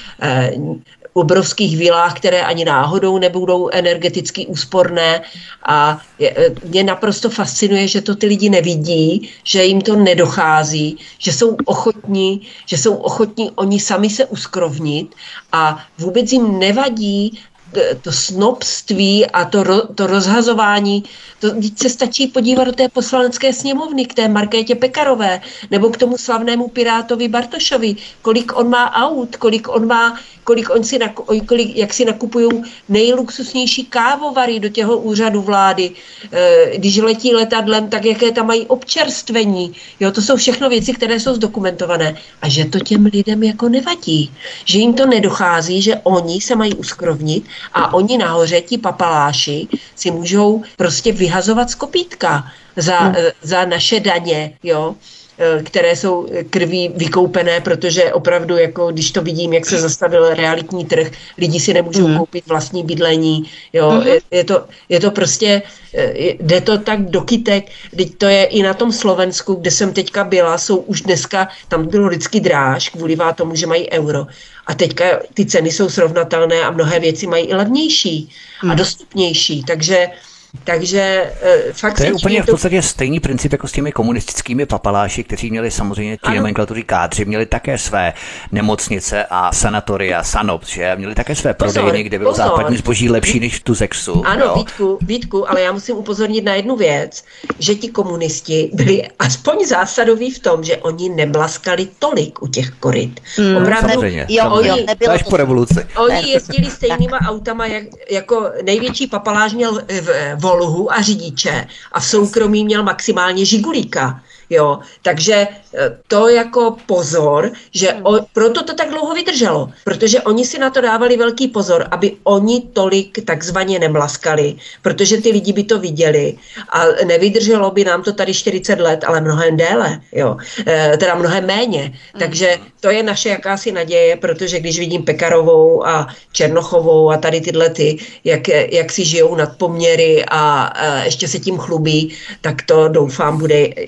uh, obrovských vilách, které ani náhodou nebudou energeticky úsporné a je, mě naprosto fascinuje, že to ty lidi nevidí, že jim to nedochází, že jsou ochotní, že jsou ochotní oni sami se uskrovnit a vůbec jim nevadí to snobství a to, to rozhazování, to víc se stačí podívat do té poslanecké sněmovny, k té Markétě Pekarové, nebo k tomu slavnému pirátovi Bartošovi, kolik on má aut, kolik on má, kolik on si, kolik, jak si nakupují nejluxusnější kávovary do těho úřadu vlády, když letí letadlem, tak jaké tam mají občerstvení, jo, to jsou všechno věci, které jsou zdokumentované a že to těm lidem jako nevadí, že jim to nedochází, že oni se mají uskrovnit a oni nahoře, ti papaláši, si můžou prostě vyhazovat z kopítka za, hmm. za naše daně, jo, které jsou krví vykoupené, protože opravdu, jako když to vidím, jak se zastavil realitní trh, lidi si nemůžou hmm. koupit vlastní bydlení, jo, hmm. je, je, to, je to prostě, jde to tak do kytek, teď to je i na tom Slovensku, kde jsem teďka byla, jsou už dneska, tam bylo vždycky dráž, kvůli tomu, že mají euro. A teďka ty ceny jsou srovnatelné a mnohé věci mají i levnější hmm. a dostupnější, takže Takže e, fakt to je úplně v podstatě to... stejný princip jako s těmi komunistickými papaláši, kteří měli samozřejmě ti nomenklatuří kádři, měli také své nemocnice a sanatoria, Sanops, že měli také své prodejny, kde bylo pozor. západní zboží lepší než v Tuzexu. Ano, Vítku, Vítku, ale já musím upozornit na jednu věc, že ti komunisti byli aspoň zásadoví v tom, že oni neblaskali tolik u těch koryt. Hmm, Opravdu, samozřejmě, jo, samozřejmě. Oni, to až po revoluci. Oni jezdili stejnýma autama, jak, jako největší papaláš měl v Volhu a řidiče a v soukromí měl maximálně Žigulíka. Jo, takže to jako pozor, že o, proto to tak dlouho vydrželo, protože oni si na to dávali velký pozor, aby oni tolik takzvaně nemlaskali, protože ty lidi by to viděli a nevydrželo by nám to tady čtyřicet let, ale mnohem déle, jo, e, teda mnohem méně. Takže to je naše jakási naděje, protože když vidím Pekarovou a Černochovou a tady tyhle ty, jak, jak si žijou nad poměry a, a ještě se tím chlubí, tak to doufám bude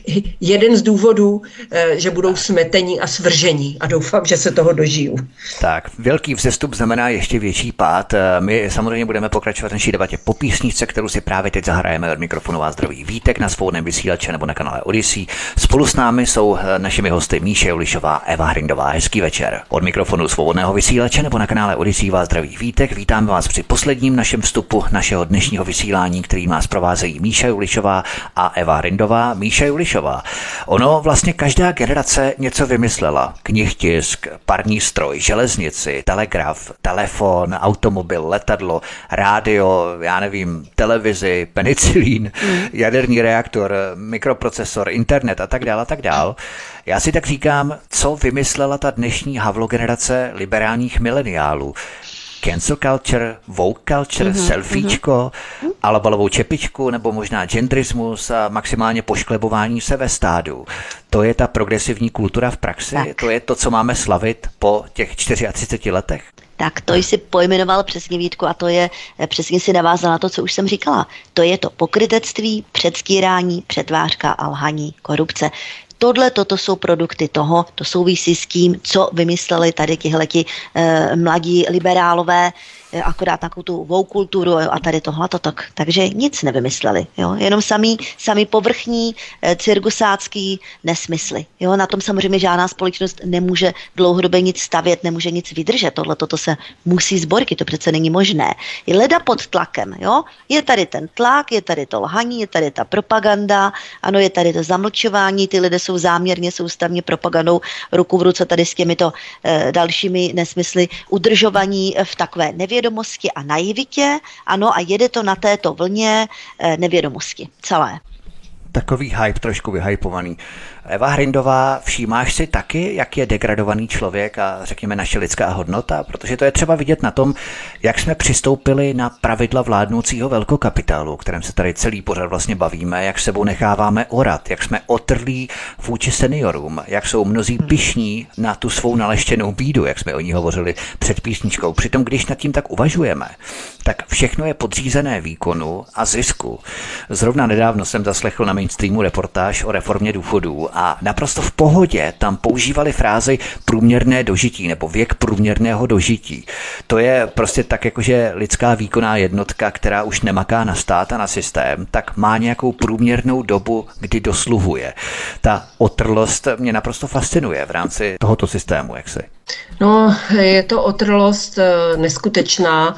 jeden z důvodů, že budou smetení a svržení a doufám, že se toho dožiju. Tak, velký vzestup znamená ještě větší pád. My samozřejmě budeme pokračovat v naší debatě po písničce, kterou si právě teď zahrajeme. Od mikrofonu vás zdraví Vítek na svobodném vysílači nebo na kanále Odyssey. Spolu s námi jsou našimi hosty Míša Julišová, Eva Hrindová. Hezký večer. Od mikrofonu svobodného vysílače nebo na kanále Odyssey vás zdraví Vítek. Vítáme vás při posledním našem vstupu našeho dnešního vysílání, který nás provázejí Míša Julišová a Eva Hrindová. Míša Julišová. Ono vlastně každá generace něco vymyslela. Knihtisk, parní stroj, železnici, telegraf, telefon, automobil, letadlo, rádio, já nevím, televizi, penicilín, mm. jaderný reaktor, mikroprocesor, internet a tak dále a tak dále. Já si tak říkám, co vymyslela ta dnešní Havlo generace liberálních mileniálů. Cancel culture, woke culture, mm-hmm, selfiečko, mm-hmm. alabalovou čepičku nebo možná genderismus a maximálně pošklebování se ve stádu. To je ta progresivní kultura v praxi? Tak. To je to, co máme slavit po těch třiceti čtyřech letech? Tak to jsi pojmenoval přesně, Vítku, a to je, přesně si navázal na to, co už jsem říkala. To je to pokrytectví, předstírání, přetvářka a lhaní, korupce. Tohle, toto jsou produkty toho, to souvisí s tím, co vymysleli tady tihleti eh, mladí liberálové, eh, akorát takovou tu woke kulturu jo, a tady tohle to tak. Takže nic nevymysleli, jo, jenom sami, sami povrchní eh, cirkusácký nesmysly. Jo, na tom samozřejmě žádná společnost nemůže dlouhodobě nic stavět, nemůže nic vydržet. Tohle, toto se musí zborky, to přece není možné. Je leda pod tlakem, jo, je tady ten tlak, je tady to lhaní, je tady ta propaganda, ano, je tady to zamlčování, ty lidé jsou záměrně soustavně propagandou ruku v ruce tady s těmito e, dalšími nesmysly udržovaní v takové nevědomosti a naivitě, ano, a jede to na této vlně e, nevědomosti celé. Takový hype, trošku vyhypovaný. Eva Hrindová, všímáš si taky, jak je degradovaný člověk a řekněme naše lidská hodnota? Protože to je třeba vidět na tom, jak jsme přistoupili na pravidla vládnoucího velkokapitálu, o kterém se tady celý pořad vlastně bavíme, jak sebou necháváme orat, jak jsme otrlí vůči seniorům, jak jsou mnozí pyšní na tu svou naleštěnou bídu, jak jsme o ní hovořili před písničkou. Přitom, když nad tím tak uvažujeme, tak všechno je podřízené výkonu a zisku. Zrovna nedávno jsem zaslechl na mainstreamu reportáž o reformě důchodů a naprosto v pohodě tam používali frázi průměrné dožití nebo věk průměrného dožití. To je prostě tak, jakože lidská výkonná jednotka, která už nemaká na stát a na systém, tak má nějakou průměrnou dobu, kdy dosluhuje. Ta otrlost mě naprosto fascinuje v rámci tohoto systému, jak si. No, je to otrlost neskutečná,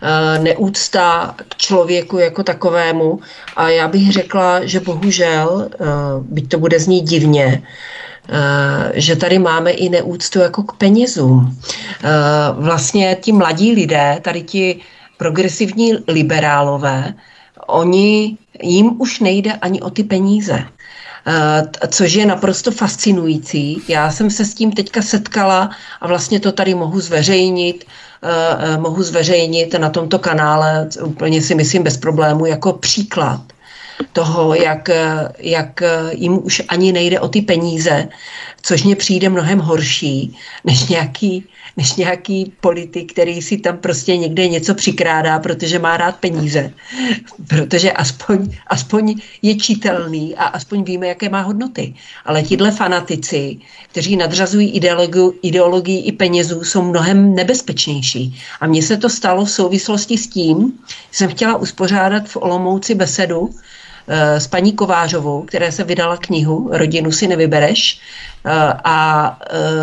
neúcta k člověku jako takovému a já bych řekla, že bohužel, byť to bude znít divně, že tady máme i neúctu jako k penězům. Vlastně ti mladí lidé, tady ti progresivní liberálové, oni, jim už nejde ani o ty peníze. Což je naprosto fascinující. Já jsem se s tím teďka setkala a vlastně to tady mohu zveřejnit, mohu zveřejnit na tomto kanále, úplně si myslím bez problému, jako příklad toho, jak, jak jim už ani nejde o ty peníze, což mně přijde mnohem horší, než nějaký, než nějaký politik, který si tam prostě někde něco přikrádá, protože má rád peníze. Protože aspoň, aspoň je čitelný a aspoň víme, jaké má hodnoty. Ale tihle fanatici, kteří nadřazují ideologii, ideologii i penězů, jsou mnohem nebezpečnější. A mně se to stalo v souvislosti s tím, že jsem chtěla uspořádat v Olomouci besedu s paní Kovářovou, která se vydala knihu Rodinu si nevybereš a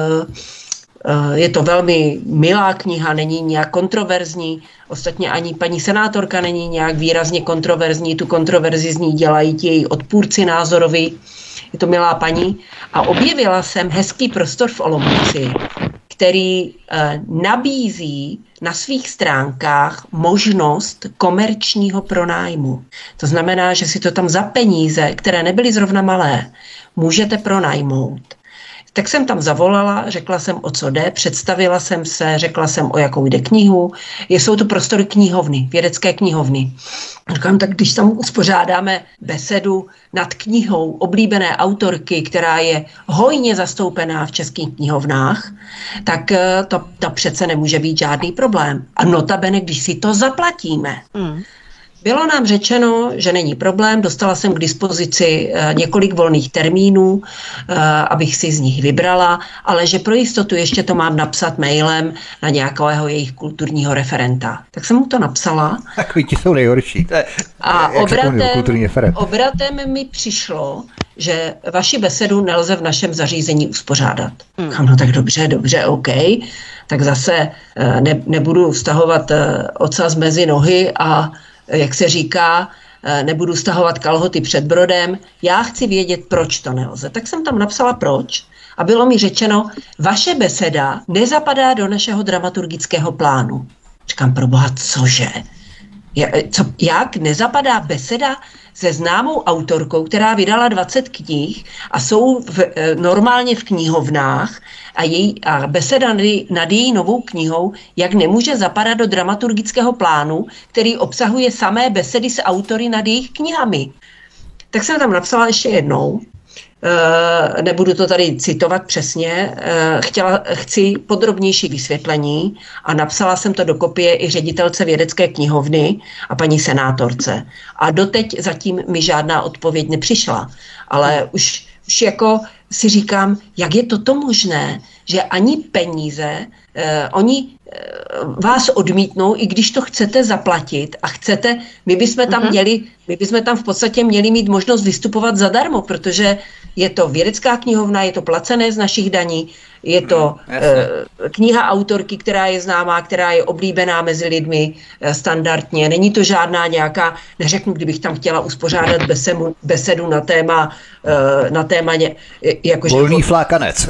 je to velmi milá kniha, není nějak kontroverzní, ostatně ani paní senátorka není nějak výrazně kontroverzní, tu kontroverzi z ní dělají ti její odpůrci názoroví, je to milá paní a objevila jsem hezký prostor v Olomouci, který eh, nabízí na svých stránkách možnost komerčního pronájmu. To znamená, že si to tam za peníze, které nebyly zrovna malé, můžete pronajmout. Tak jsem tam zavolala, řekla jsem, o co jde, představila jsem se, řekla jsem, o jakou jde knihu. Jsou to prostory knihovny, vědecké knihovny. Říkám, tak když tam uspořádáme besedu nad knihou oblíbené autorky, která je hojně zastoupená v českých knihovnách, tak to, to přece nemůže být žádný problém. A notabene, když si to zaplatíme, mm. Bylo nám řečeno, že není problém, dostala jsem k dispozici několik volných termínů, abych si z nich vybrala, ale že pro jistotu ještě to mám napsat mailem na nějakého jejich kulturního referenta. Tak jsem mu to napsala. Takový ti jsou nejhorší. To je, a obratem, obratem mi přišlo, že vaši besedu nelze v našem zařízení uspořádat. Hmm. No tak dobře, dobře, OK. Tak zase ne, nebudu stahovat ocas mezi nohy a jak se říká, nebudu stahovat kalhoty před brodem. Já chci vědět, proč to nelze. Tak jsem tam napsala proč a bylo mi řečeno, vaše beseda nezapadá do našeho dramaturgického plánu. Říkám, proboha, cože? Co, jak nezapadá beseda se známou autorkou, která vydala dvacet knih a jsou v, normálně v knihovnách a, její, a beseda nad, nad její novou knihou, jak nemůže zapadat do dramaturgického plánu, který obsahuje samé besedy s autory nad jejich knihami. Tak jsem tam napsala ještě jednou, Uh, nebudu to tady citovat přesně, uh, chtěla, chci podrobnější vysvětlení a napsala jsem to do kopie i ředitelce vědecké knihovny a paní senátorce. A doteď zatím mi žádná odpověď nepřišla, ale už, už jako si říkám, jak je toto možné, že ani peníze, uh, oni uh, vás odmítnou, i když to chcete zaplatit a chcete, my bychom tam uh-huh. měli, my bychom tam v podstatě měli mít možnost vystupovat zadarmo, protože je to vědecká knihovna, je to placené z našich daní, je to mm, uh, kniha autorky, která je známá, která je oblíbená mezi lidmi uh, standardně. Není to žádná nějaká, neřeknu, kdybych tam chtěla uspořádat besedu, besedu na téma, uh, na téma ně, jakože... Volný flákanec.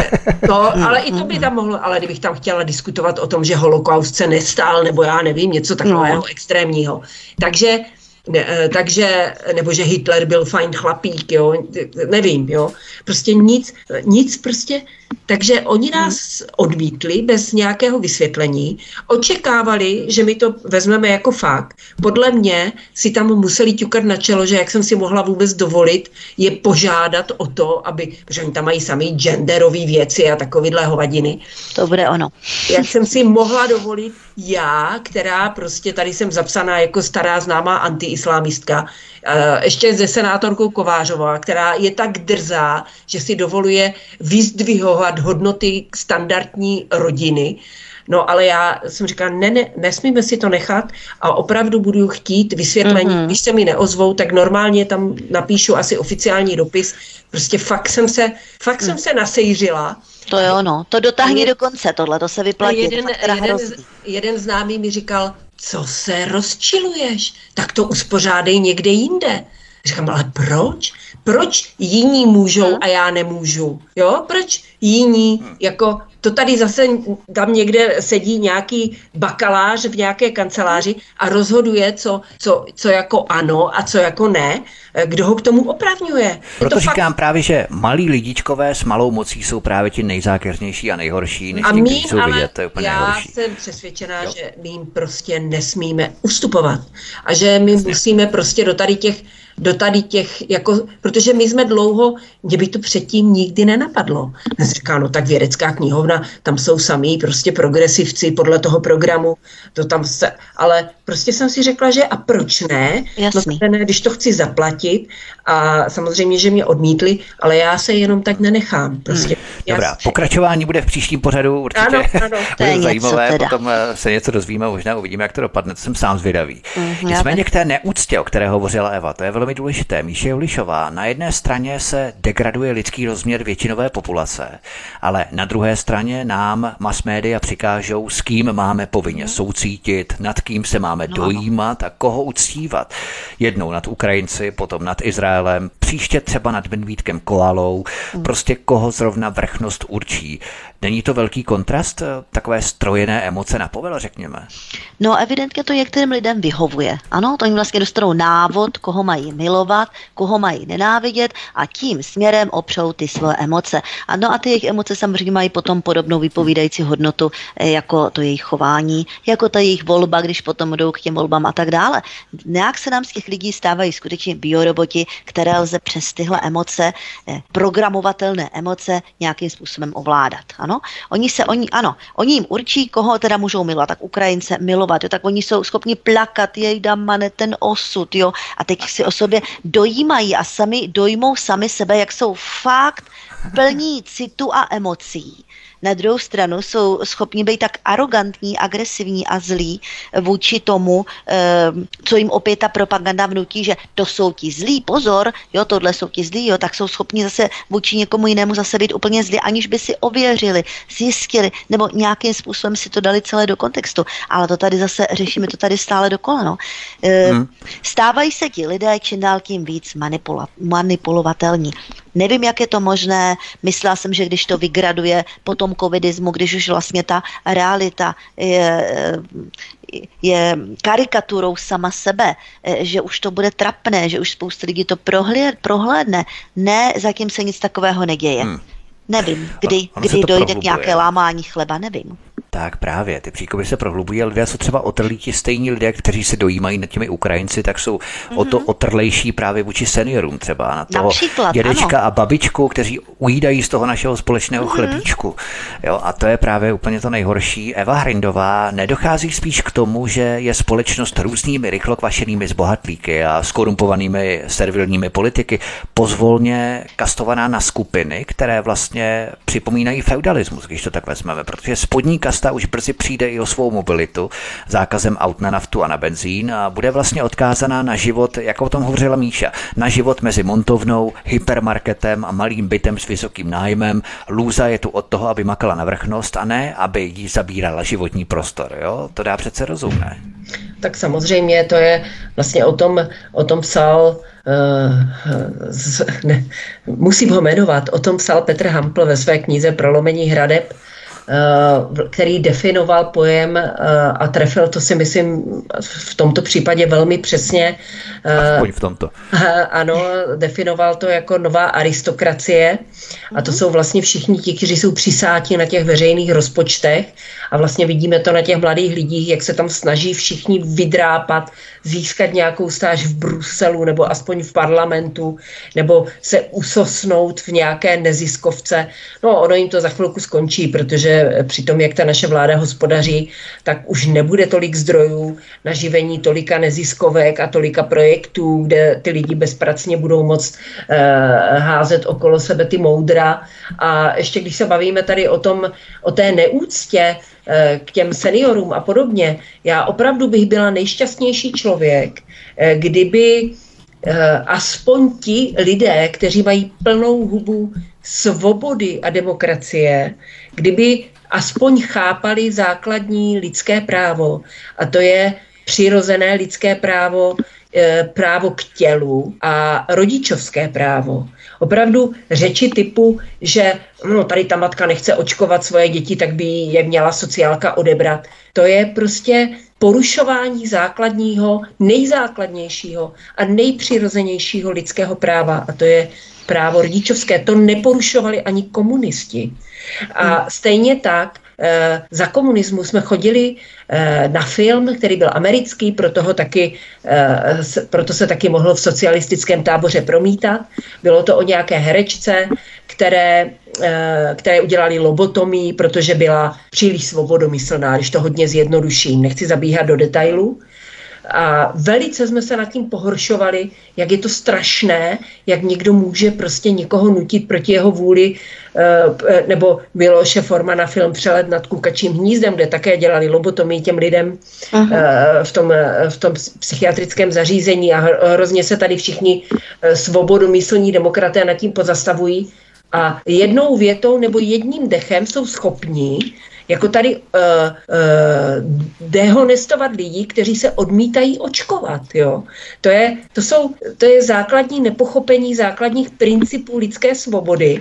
No, ale i to by tam mohlo, ale kdybych tam chtěla diskutovat o tom, že holokaust se nestal, nebo já nevím, něco takového no. extrémního. Takže Ne, takže, nebo že Hitler byl fajn chlapík, jo, nevím, jo, prostě nic, nic prostě, takže oni nás odmítli bez nějakého vysvětlení, očekávali, že my to vezmeme jako fakt, podle mě si tam museli ťukat na čelo, že jak jsem si mohla vůbec dovolit je požádat o to, aby, protože oni tam mají sami genderové věci a takovýhle hovadiny. To bude ono. Jak jsem si mohla dovolit já, která prostě tady jsem zapsaná jako stará známá antiislámistka, ještě se senátorkou Kovářová, která je tak drzá, že si dovoluje vyzdvihovat hodnoty standardní rodiny. No ale já jsem říkala, ne, ne, nesmíme si to nechat a opravdu budu chtít vysvětlení. Mm-hmm. Když se mi neozvou, tak normálně tam napíšu asi oficiální dopis. Prostě fakt jsem se, fakt mm. jsem se nasejřila. To je ono, to dotáhni je, do konce tohle, to se vyplatí. Jeden, jeden, jeden známý mi říkal, co se rozčiluješ, tak to uspořádej někde jinde. Říkám, ale proč? Proč jiní můžou a já nemůžu? Jo, proč jiní, jako to tady zase tam někde sedí nějaký bakalář v nějaké kanceláři a rozhoduje, co, co, co jako ano a co jako ne, kdo ho k tomu opravňuje. Proto to říkám fakt... právě, že malí lidičkové s malou mocí jsou právě ti nejzákeřnější a nejhorší, než a někdy jsou vidět, to je úplně já nejhorší. jsem přesvědčená, jo. že my jim prostě nesmíme ustupovat a že my Jasně. musíme prostě do tady těch do tady těch, jako, protože my jsme dlouho, mě by to předtím nikdy nenapadlo. Já jsem říkala, no tak vědecká knihovna, tam jsou samý prostě progresivci podle toho programu, to tam se, ale prostě jsem si řekla, že a proč ne? Jasný. No ne, když to chci zaplatit a samozřejmě, že mě odmítli, ale já se jenom tak nenechám. Prostě. Hmm. Dobrá, já... pokračování bude v příštím pořadu určitě. Ano, ano. To je zajímavé, teda. Potom se něco dozvíme, možná uvidíme, jak to dopadne, to jsem sám zvědavý. Mm, Nicméně k té neúctě, o které hovořila Eva, to je velmi důležité. Míše Julišová, na jedné straně se degraduje lidský rozměr většinové populace, ale na druhé straně nám mass média přikážou, s kým máme povinně soucítit, nad kým se máme no. dojímat a koho uctívat. Jednou nad Ukrajinci, potom nad Izraelem, příště třeba nad Benvítkem Koalou, mm. prostě koho zrovna vrchnost určí. Není to velký kontrast, takové strojené emoce na povel, řekněme? No evidentně to některým lidem vyhovuje. Ano, to jim vlastně dostanou návod, koho mají milovat, koho mají nenávidět a tím směrem opřou ty svoje emoce. A no a ty jejich emoce samozřejmě mají potom podobnou vypovídající hodnotu jako to jejich chování, jako ta jejich volba, když potom jdou k těm volbám a tak dále. Nějak se nám z těch lidí stávají skutečně bioroboti, které lze přes tyhle emoce, programovatelné emoce nějakým způsobem ovládat. Ano? Oni se, oni, ano, oni jim určí, koho teda můžou milovat, tak Ukrajince milovat, jo, tak oni jsou schopni plakat, jej damane, ten osud, jo, a teď si o sobě dojímají a sami dojmou sami sebe, jak jsou fakt plní citu a emocí. Na druhou stranu jsou schopni být tak arrogantní, agresivní a zlí vůči tomu, co jim opět ta propaganda vnutí, že to jsou ti zlí, pozor, jo, tohle jsou ti zlí, jo, tak jsou schopni zase vůči někomu jinému zase být úplně zlí, aniž by si ověřili, zjistili, nebo nějakým způsobem si to dali celé do kontextu. Ale to tady zase řešíme, to tady stále dokola, no. Hmm. Stávají se ti lidé čím dál tím víc manipula- manipulovatelní. Nevím, jak je to možné, myslela jsem, že když to vygraduje po tom covidismu, když už vlastně ta realita je, je karikaturou sama sebe, že už to bude trapné, že už spousta lidí to prohled, prohlédne. Ne, zatím se nic takového neděje. Hmm. Nevím, kdy, kdy dojde prohlubuje. K nějaké lámání chleba, nevím. Tak právě, ty příkopy se prohlubují a lidé jsou třeba otrlí, ti stejní lidé, kteří se dojímají nad těmi Ukrajinci, tak jsou mm-hmm. o to otrlejší právě vůči seniorům třeba, na toho Například, dědečka ano. a babičku, kteří ujídají z toho našeho společného mm-hmm. chlebíčku. Jo, a to je právě úplně to nejhorší. Eva Hrindová, nedochází spíš k tomu, že je společnost různými rychlokvašenými zbohatlíky a skorumpovanými servilními politiky pozvolně kastovaná na skupiny, které vlastně připomínají feudalismus, když to tak vezmeme, protože spodní kasta už brzy přijde i o svou mobilitu zákazem aut na naftu a na benzín a bude vlastně odkázaná na život, jak o tom hovořila Míša, na život mezi montovnou, hypermarketem a malým bytem s vysokým nájmem. Lůza je tu od toho, aby makala na vrchnost a ne, aby jí zabírala životní prostor. Jo? To dá přece rozum, ne? Tak samozřejmě to je vlastně o tom, o tom psal Uh, z, ne, musím ho jmenovat, o tom psal Petr Hampl ve své knize Prolomení hradeb, uh, který definoval pojem uh, a trefil to, si myslím, v tomto případě velmi přesně. Uh, Aspoň v tomto. Uh, ano, definoval to jako nová aristokracie a to jsou vlastně všichni ti, kteří jsou přisáti na těch veřejných rozpočtech a vlastně vidíme to na těch mladých lidích, jak se tam snaží všichni vydrápat, získat nějakou stáž v Bruselu nebo aspoň v parlamentu, nebo se usosnout v nějaké neziskovce. No, ono jim to za chvilku skončí, protože při tom, jak ta naše vláda hospodaří, tak už nebude tolik zdrojů na živení tolika neziskovek a tolika projektů, kde ty lidi bezpracně budou moct uh, házet okolo sebe ty moudra. A ještě když se bavíme tady o tom, o té neúctě k těm seniorům a podobně, já opravdu bych byla nejšťastnější člověk, kdyby aspoň ti lidé, kteří mají plnou hubu svobody a demokracie, kdyby aspoň chápali základní lidské právo, a to je přirozené lidské právo, právo k tělu a rodičovské právo. Opravdu řeči typu, že no, tady ta matka nechce očkovat svoje děti, tak by je měla sociálka odebrat. To je prostě porušování základního, nejzákladnějšího a nejpřirozenějšího lidského práva. A to je právo rodičovské. To neporušovali ani komunisti. A stejně tak e, za komunismu jsme chodili e, na film, který byl americký, proto, ho taky, e, s, proto se taky mohl v socialistickém táboře promítat. Bylo to o nějaké herečce, které, e, které udělali lobotomii, protože byla příliš svobodomyslná, když to hodně zjednoduším. Nechci zabíhat do detailu. A velice jsme se nad tím pohoršovali, jak je to strašné, jak někdo může prostě někoho nutit proti jeho vůli, nebo Miloše Formana film Přelet nad kukačím hnízdem, kde také dělali lobotomii těm lidem v tom, v tom psychiatrickém zařízení a hrozně se tady všichni svobodomyslní demokraté nad tím pozastavují a jednou větou nebo jedním dechem jsou schopní jako tady uh, uh, dehonestovat lidi, kteří se odmítají očkovat. Jo? To, je, to, jsou, to je základní nepochopení základních principů lidské svobody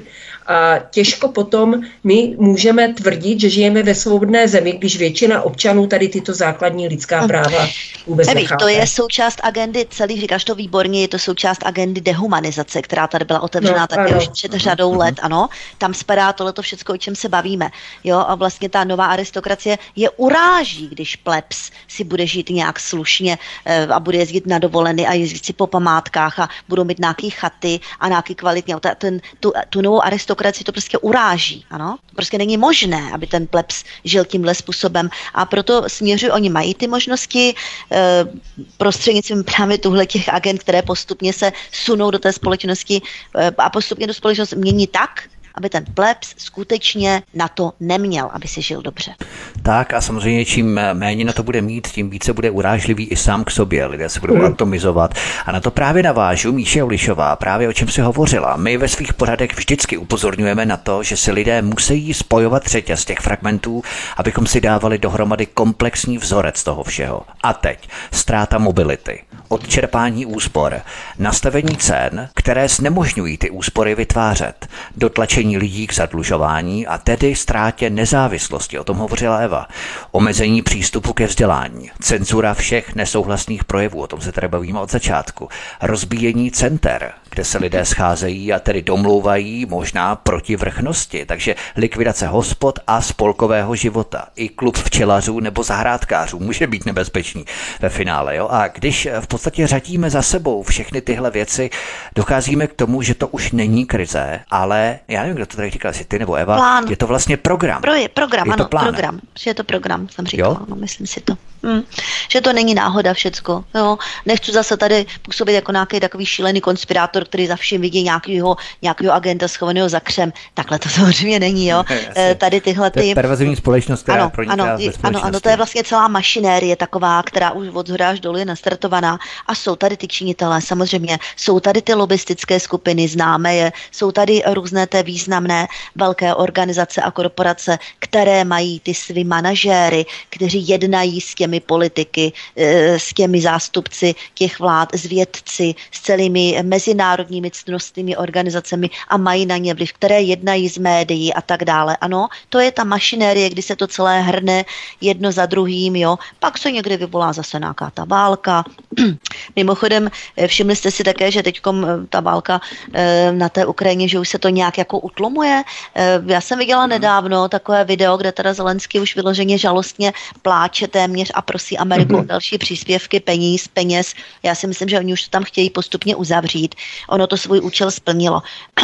A těžko potom my můžeme tvrdit, že žijeme ve svobodné zemi, když většina občanů tady tyto základní lidská práva vůbec Evi, nechápe. to je součást agendy, celý říkáš to výborně, je to součást agendy dehumanizace, která tady byla otevřená no, také už před řadou let, ano. Tam spadá tohleto všecko, o čem se bavíme. Jo, a vlastně ta nová aristokracie je uráží, když plebs si bude žít nějak slušně e, a bude jezdit na dovolený a jezdit si po památkách a budou mít nějaký chaty a nějaký kvalitní auta. Ten, tu, tu novou aristokracii to prostě uráží, ano. Prostě není možné, aby ten plebs žil tímhle způsobem a proto směřují, oni mají ty možnosti e, prostřednictvím právě tuhle těch agent, které postupně se sunou do té společnosti e, a postupně do společnosti mění tak, aby ten plebs skutečně na to neměl, aby si žil dobře. Tak a samozřejmě čím méně na to bude mít, tím více bude urážlivý i sám k sobě. Lidé se budou atomizovat. A na to právě navážu Míše Olišová, právě o čem si hovořila. My ve svých pořadech vždycky upozorňujeme na to, že si lidé musí spojovat řetěz těch fragmentů, abychom si dávali dohromady komplexní vzorec toho všeho. A teď ztráta mobility, odčerpání úspor, nastavení cen, které znemožňují ty úspory vytvářet, dotlačení lidí k zadlužování a tedy ztrátě nezávislosti, o tom hovořila Eva, omezení přístupu ke vzdělání, cenzura všech nesouhlasných projevů, o tom se tady bavíme od začátku, rozbíjení center, kde se lidé scházejí a tedy domlouvají možná proti vrchnosti, takže likvidace hospod a spolkového života. I klub včelařů nebo zahrádkářů může být nebezpečný ve finále. Jo? A když v podstatě řadíme za sebou všechny tyhle věci, docházíme k tomu, že to už není krize, ale já nevím, kdo to tady říkal, jestli ty nebo Eva, plán. Je to vlastně program. Pro je program, je ano, to plán. program. Že je to program, jsem říkala, no, myslím si to. Hmm. Že to není náhoda všecko. Jo. Nechci zase tady působit jako nějaký takový šílený konspirátor, který za vším vidí nějakýho, nějakýho agenta schovaného za křem. Takhle to samozřejmě není, jo. E, tady tyhle ty... To je pervazivní společnost, která ano, proniká ano, ve společnosti. ano, ano, to je vlastně celá mašinérie taková, která už od zhora až dolů je nastartovaná. A jsou tady ty činitelé, samozřejmě, jsou tady ty lobistické skupiny, známe je, jsou tady různé té významné velké organizace a korporace, které mají ty svý manažéry, kteří jednají s těmi politiky, s těmi zástupci těch vlád, s vědci, s celými mezinárodními ctnostnými organizacemi a mají na ně vliv, které jednají z médií a tak dále. Ano, to je ta mašinérie, kdy se to celé hrne jedno za druhým, jo. Pak se někdy vyvolá zase nějaká ta válka. Mimochodem, všimli jste si také, že teďkom ta válka na té Ukrajině, že už se to nějak jako utlumuje. Já jsem viděla nedávno takové video, kde teda Zelenský už vyloženě žalostně pláče téměř a prosí Ameriku o další příspěvky peníz, peněz. Já si myslím, že oni už to tam chtějí postupně uzavřít. Ono to svůj účel splnilo.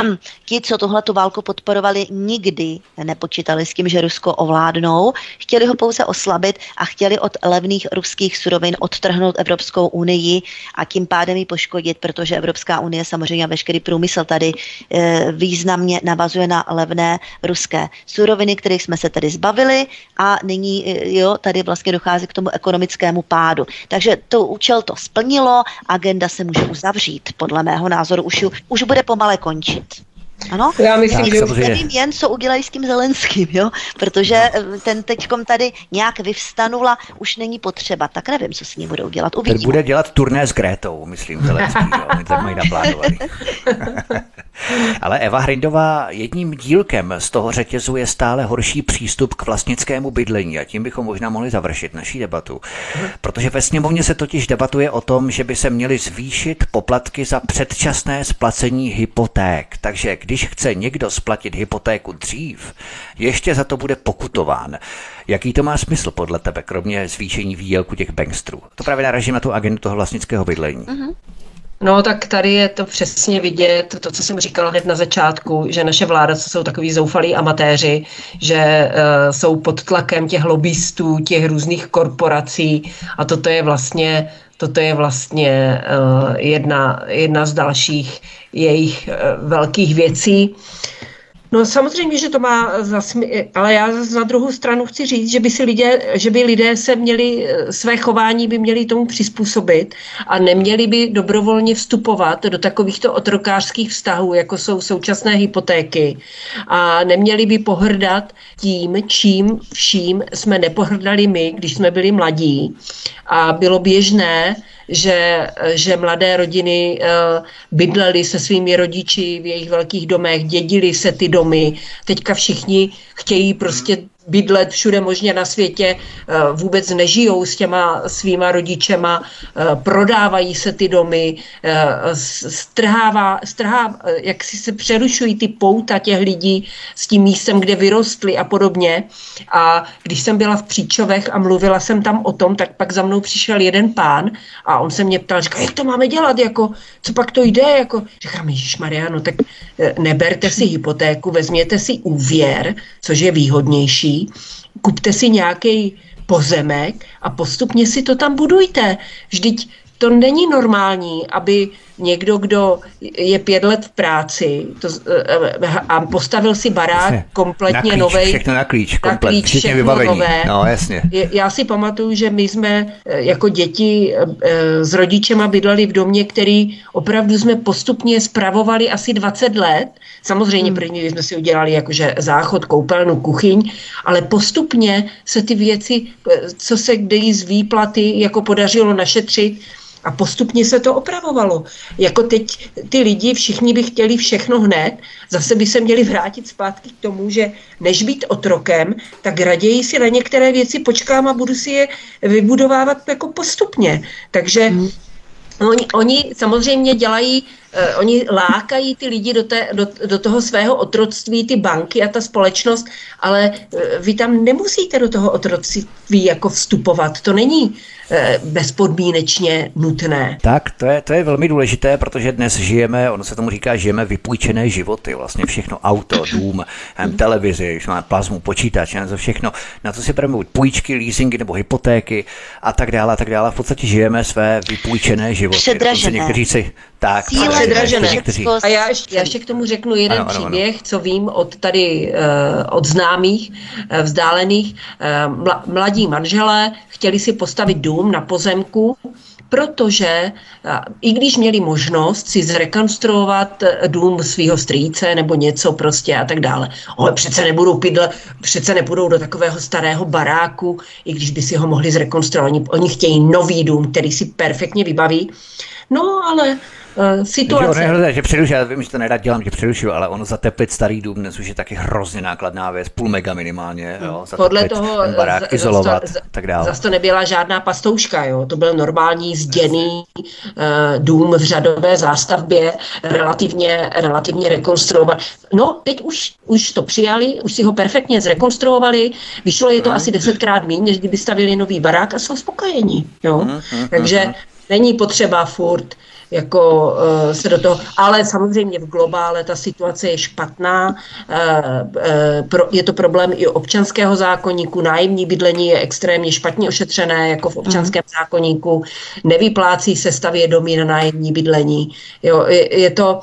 Ti, co tohle tu válku podporovali, nikdy nepočítali s tím, že Rusko ovládnou. Chtěli ho pouze oslabit a chtěli od levných ruských surovin odtrhnout Evropskou unii a tím pádem ji poškodit, protože Evropská unie samozřejmě veškerý průmysl tady e, významně navazuje na levné ruské suroviny, kterých jsme se tady zbavili a nyní jo, tady vlastně dochází k tomu ekonomickému pádu. Takže to účel to splnilo, agenda se může uzavřít, podle mého názoru už, už bude pomale končit. Ano? Já myslím, tak, že samozřejmě. Nevím jen, co udělají s tím Zelenským, jo? Protože no. ten teďkom tady nějak vyvstanula, už není potřeba, tak nevím, co s ním budou dělat. Uvidíme. Ten bude dělat turné s Grétou, myslím, Zelenský, jo? Oni tak mají naplánovaný. Ale Eva Hrindová, jedním dílkem z toho řetězu je stále horší přístup k vlastnickému bydlení a tím bychom možná mohli završit naší debatu. Protože ve sněmovně se totiž debatuje o tom, že by se měly zvýšit poplatky za předčasné splacení hypoték. Takže když chce někdo splatit hypotéku dřív, ještě za to bude pokutován. Jaký to má smysl podle tebe, kromě zvýšení výdělku těch bankstrů? To právě narážím na tu agendu toho vlastnického bydlení. Mm-hmm. No tak tady je to přesně vidět, to, co jsem říkala hned na začátku, že naše vláda, co jsou takový zoufalí amatéři, že uh, jsou pod tlakem těch lobbystů, těch různých korporací a toto je vlastně, toto je vlastně uh, jedna, jedna z dalších jejich uh, velkých věcí. No samozřejmě, že to má zasmy, ale já na druhou stranu chci říct, že by si lidé, že by lidé se měli, své chování by měli tomu přizpůsobit a neměli by dobrovolně vstupovat do takovýchto otrokářských vztahů, jako jsou současné hypotéky a neměli by pohrdat tím, čím vším jsme nepohrdali my, když jsme byli mladí a bylo běžné, že, že mladé rodiny bydlely se svými rodiči v jejich velkých domech, dědili se ty domy. Teďka všichni chtějí prostě bydlet všude možně na světě, vůbec nežijou s těma svýma rodičema, prodávají se ty domy, strhává, strhá, jak si se přerušují ty pouta těch lidí s tím místem, kde vyrostli a podobně. A když jsem byla v Příčovech a mluvila jsem tam o tom, tak pak za mnou přišel jeden pán a on se mě ptal, říká, jak to máme dělat, jako, co pak to jde, jako, říkám, ježišmarja, no tak neberte si hypotéku, vezměte si úvěr, což je výhodnější, kupte si nějaký pozemek a postupně si to tam budujte. Vždyť to není normální, aby někdo, kdo je pět let v práci to, a postavil si barák jasně, kompletně nový. Všechno na klíč, komplet, na klíč, všechno vybavení. Nové. No, jasně. Já si pamatuju, že my jsme jako děti s rodičema bydleli v domě, který opravdu jsme postupně spravovali asi dvacet let. Samozřejmě první jsme si udělali jakože záchod, koupelnu, kuchyň, ale postupně se ty věci, co se kdy z výplaty jako podařilo našetřit, a postupně se to opravovalo. Jako teď ty lidi, všichni by chtěli všechno hned, zase by se měli vrátit zpátky k tomu, že než být otrokem, tak raději si na některé věci počkám a budu si je vybudovávat jako postupně. Takže hmm. oni, oni samozřejmě dělají, uh, oni lákají ty lidi do, té, do, do toho svého otroctví, ty banky a ta společnost, ale uh, vy tam nemusíte do toho otroctví jako vstupovat. To není bezpodmínečně nutné. Tak, to je, to je velmi důležité, protože dnes žijeme, ono se tomu říká, žijeme vypůjčené životy, vlastně všechno, auto, dům, televizi, už máme plazmu, počítač, to všechno, na to si bereme buď půjčky, leasingy nebo hypotéky a tak dále, a tak dále. V podstatě žijeme své vypůjčené životy. Předražené. Někteří si, tak, předražené. Někteří... A já ještě, já ještě k tomu řeknu jeden ano, ano, příběh, ano. co vím od tady, uh, od známých, uh, vzdálených, uh, mladí manželé chtěli si postavit dům na pozemku, protože i když měli možnost si zrekonstruovat dům svého strýce nebo něco prostě a tak dále, ale přece nebudou pydle, přece nepůjdou do takového starého baráku, i když by si ho mohli zrekonstruovat. Oni, oni chtějí nový dům, který si perfektně vybaví. No, ale uh, situace... Že, on že přerušu, já vím, že to nerad dělám, že přerušu, ale ono zateplit starý dům dnes už je taky hrozně nákladná věc, půl mega minimálně, jo, podle toho ten barák, z, izolovat, zas to, tak dále. Zas to nebyla žádná pastouška, jo, to byl normální zděný uh, dům v řadové zástavbě, relativně, relativně rekonstruovat. No, teď už, už to přijali, už si ho perfektně zrekonstruovali, vyšlo je to hmm. asi desetkrát méně, než kdyby stavili nový barák a jsou spokojení, jo, hmm, hmm, takže hmm. není potřeba furt jako uh, se do toho, ale samozřejmě v globále ta situace je špatná, uh, uh, pro, je to problém i občanského zákoníku, nájemní bydlení je extrémně špatně ošetřené, jako v občanském mm. zákoníku, nevyplácí se stavět domy na nájemní bydlení, jo, je, je to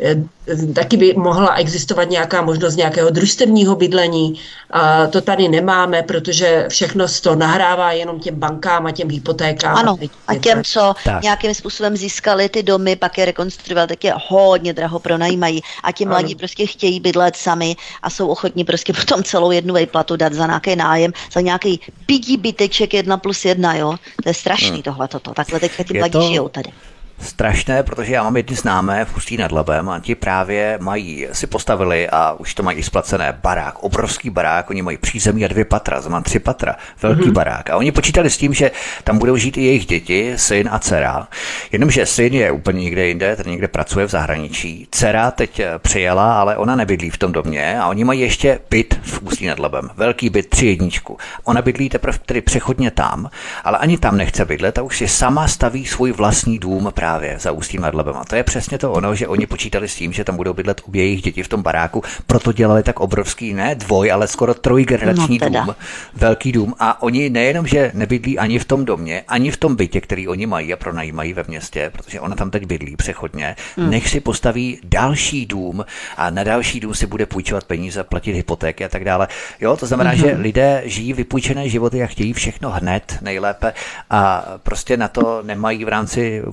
taky by mohla existovat nějaká možnost nějakého družstevního bydlení. A to tady nemáme, protože všechno to nahrává jenom těm bankám a těm hypotékám. Ano, a těm, co tak. nějakým způsobem získali ty domy, pak je rekonstruovat, tak je hodně draho pronajímají. A ti mladí ano. prostě chtějí bydlet sami a jsou ochotní prostě potom celou jednu výplatu dát za nějaký nájem, za nějaký pigý byteček jedna plus jedna, jo. To je strašný hmm. tohle toto. Takhle teďka ti mladí to... žijou tady. Strašné, protože já mám jedny známé v Ústí nad Labem a ti právě mají, si postavili a už to mají splacené barák, obrovský barák, oni mají přízemí a dvě patra, mám tři patra, velký mm-hmm. barák a oni počítali s tím, že tam budou žít i jejich děti, syn a dcera, jenomže syn je úplně někde jinde, ten někde pracuje v zahraničí, dcera teď přijela, ale ona nebydlí v tom domě a oni mají ještě byt v Ústí nad Labem, velký byt, tři jedničku. Ona bydlí teprve tedy přechodně tam, ale ani tam nechce bydlet a už si sama staví svůj vlastní dům právě za Ústím nad Labem. A to je přesně to ono, že oni počítali s tím, že tam budou bydlet obě jejich děti v tom baráku, proto dělali tak obrovský, ne dvoj, ale skoro trojgenerační no dům, velký dům a oni nejenom, že nebydlí ani v tom domě, ani v tom bytě, který oni mají a pronajímají ve městě, protože ona tam teď bydlí přechodně, hmm. nech si postaví další dům a na další dům si bude půjčovat peníze, platit hypotéky a tak dále. Jo, to znamená, hmm. že lidé žijí vypůjčené životy a chtějí všechno hned, nejlépe a prostě na to nemají v rámci určitého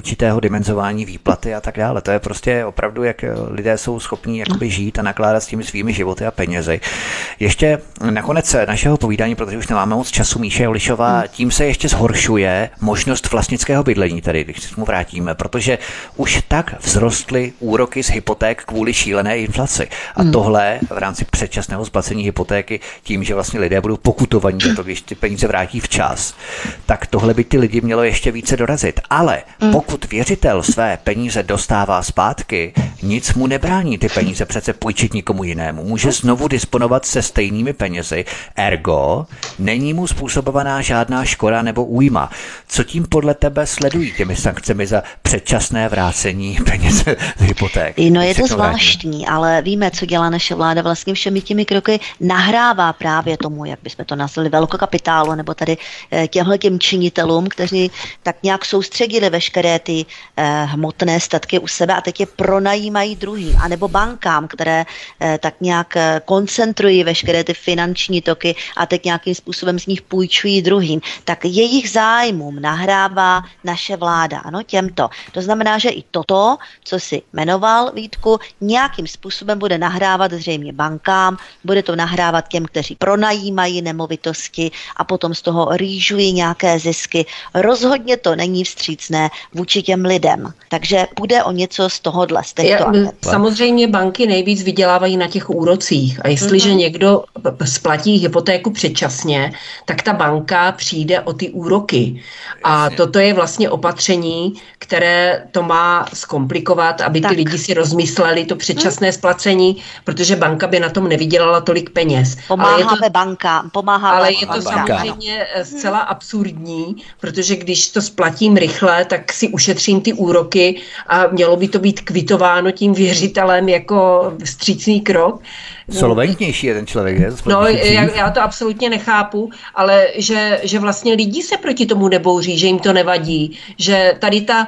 poddimenzování výplaty a tak dále. To je prostě opravdu, jak lidé jsou schopní jakoby žít a nakládat s těmi svými životy a penězi. Ještě nakonec našeho povídání, protože už nemáme moc času, Míše Jolišová, tím se ještě zhoršuje možnost vlastnického bydlení, tedy když se mu vrátíme, protože už tak vzrostly úroky z hypoték kvůli šílené inflaci. A tohle v rámci předčasného splacení hypotéky tím, že vlastně lidé budou pokutovaní za to, když ty peníze vrátí včas, tak tohle by ty lidi mělo ještě více dorazit. Ale pokud věřitel své peníze dostává zpátky, nic mu nebrání ty peníze přece půjčit nikomu jinému. Může znovu disponovat se stejnými penězi, ergo není mu způsobovaná žádná škoda nebo újma. Co tím podle tebe sledují těmi sankcemi za předčasné vrácení peněz z hypoték? No je to zvláštní, ale víme, co dělá naše vláda. Vlastně všemi těmi kroky nahrává právě tomu, jak bychom to nazvali, velkokapitálu, nebo tady těmhle těm činitelům, kteří tak nějak soustředili veškeré ty eh, hmotné statky u sebe a teď je pronajímají druhým, anebo bankám, které eh, tak nějak eh, koncentrují veškeré ty finanční toky a teď nějakým způsobem z nich půjčují druhým. Tak jejich zájmům nahrává naše vláda, ano, těmto. To znamená, že i toto, co si jmenoval, Vítku, nějakým způsobem bude nahrávat zřejmě bankám, bude to nahrávat těm, kteří pronajímají nemovitosti a potom z toho rýžují nějaké zisky. Rozhodně to není vstřícné vůči těm lidem. Takže půjde o něco z tohohle. Z Je, samozřejmě banky nejvíc vydělávají na těch úrocích a jestliže mm-hmm. někdo splatí hypotéku předčasně, tak ta banka přijde o ty úroky. A toto je vlastně opatření, které to má zkomplikovat, aby tak. ty lidi si rozmysleli to předčasné mm. splacení, protože banka by na tom nevydělala tolik peněz. Pomáháme ale je to, bankám, pomáháme Ale je to bankám. samozřejmě zcela absurdní, protože když to splatím rychle, tak si ušetřím ty úroky a mělo by to být kvitováno tím věřitelem jako vstřícný krok. Solventnější je ten člověk, je? No, já, já to absolutně nechápu, ale že, že vlastně lidi se proti tomu nebouří, že jim to nevadí, že tady ta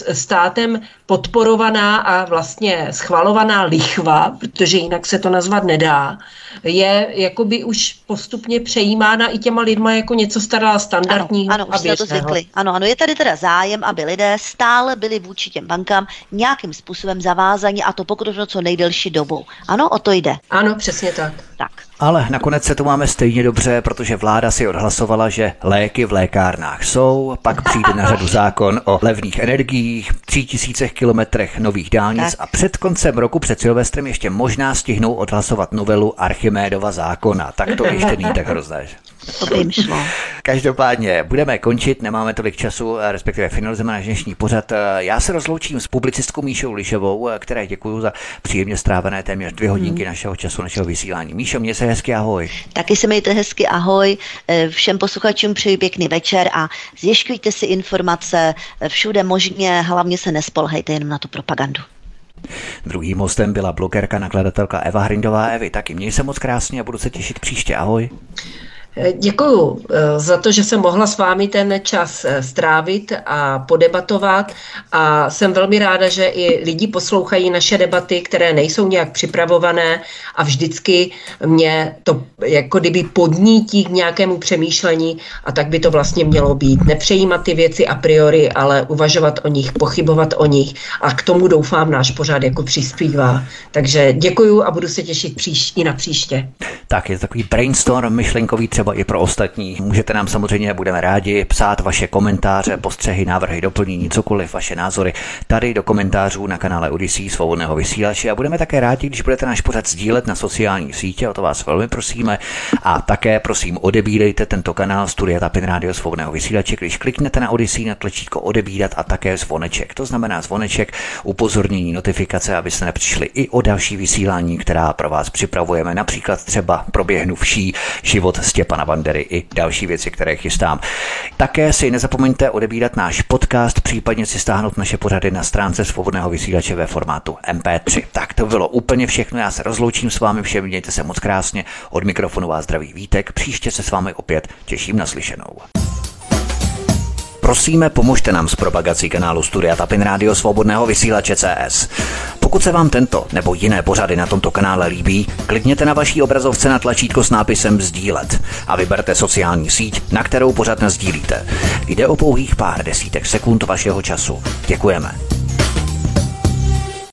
státem podporovaná a vlastně schvalovaná lichva, protože jinak se to nazvat nedá, je jakoby už postupně přejímána i těma lidma jako něco stará standardního. Ano, ano, už jsme to zvykli. Ano, ano, je tady teda zájem, aby lidé stále byli vůči těm bankám nějakým způsobem zavázaní a to pokud to co nejdelší dobu. Ano, o to jde. Ano, přesně tak. Tak. Ale nakonec se to máme stejně dobře, protože vláda si odhlasovala, že léky v lékárnách jsou, pak přijde na řadu zákon o levných energiích, tří tisícech kilometrech nových dálnic tak. a před koncem roku, před Silvestrem ještě možná stihnou odhlasovat novelu Archimédova zákona. Tak to ještě není tak hrozné. To by jim šlo. Každopádně budeme končit, nemáme tolik času, respektive finalizujeme náš dnešní pořad. Já se rozloučím s publicistkou Míšou Jolišovou, které děkuji za příjemně strávené téměř dvě hodinky mm. našeho času, našeho vysílání. Míšo, měj se hezky, ahoj. Taky se mějte hezky, ahoj. Všem posluchačům přeji pěkný večer a zjišťujte si informace všude možně, hlavně se nespolhejte jenom na tu propagandu. Druhým hostem byla blogerka, nakladatelka Eva Hrindová. Evi, taky měj se moc krásně a budu se těšit příště, ahoj. Děkuju za to, že jsem mohla s vámi ten čas strávit a podebatovat a jsem velmi ráda, že i lidi poslouchají naše debaty, které nejsou nějak připravované a vždycky mě to jako kdyby podnítí k nějakému přemýšlení a tak by to vlastně mělo být. Nepřejímat ty věci a priori, ale uvažovat o nich, pochybovat o nich a k tomu doufám náš pořád jako přispívá. Takže děkuju a budu se těšit příš- i na příště. Tak je to takový brainstorm myšlenkový třeba i pro ostatní. Můžete nám samozřejmě, budeme rádi, psát vaše komentáře, postřehy, návrhy, doplnění, cokoliv, vaše názory tady do komentářů na kanále Odyssey Svobodného vysílače a budeme také rádi, když budete náš pořad sdílet na sociální sítě, o to vás velmi prosíme a také prosím odebírejte tento kanál Studia Tapin Rádio Svobodného vysílače, když kliknete na Odyssey na tlačítko odebírat a také zvoneček. To znamená zvoneček, upozornění, notifikace, abyste nepřišli i o další vysílání, která pro vás připravujeme, například třeba proběhnuvší život Stěpana Bandery i další věci, které chystám. Také si nezapomeňte odebírat náš podcast, případně si stáhnout naše pořady na stránce Svobodného vysílače ve formátu em pé tři. Tak to bylo úplně všechno, já se rozloučím s vámi všem, mějte se moc krásně, od mikrofonu vás zdraví Vítek, příště se s vámi opět těším na slyšenou. prosíme, pomožte nám s propagací kanálu Studia Tapin Rádio Svobodného vysílače C S. Pokud se vám tento nebo jiné pořady na tomto kanále líbí, klikněte na vaší obrazovce na tlačítko s nápisem sdílet a vyberte sociální síť, na kterou pořad nasdílíte. Jde o pouhých pár desítek sekund vašeho času. Děkujeme.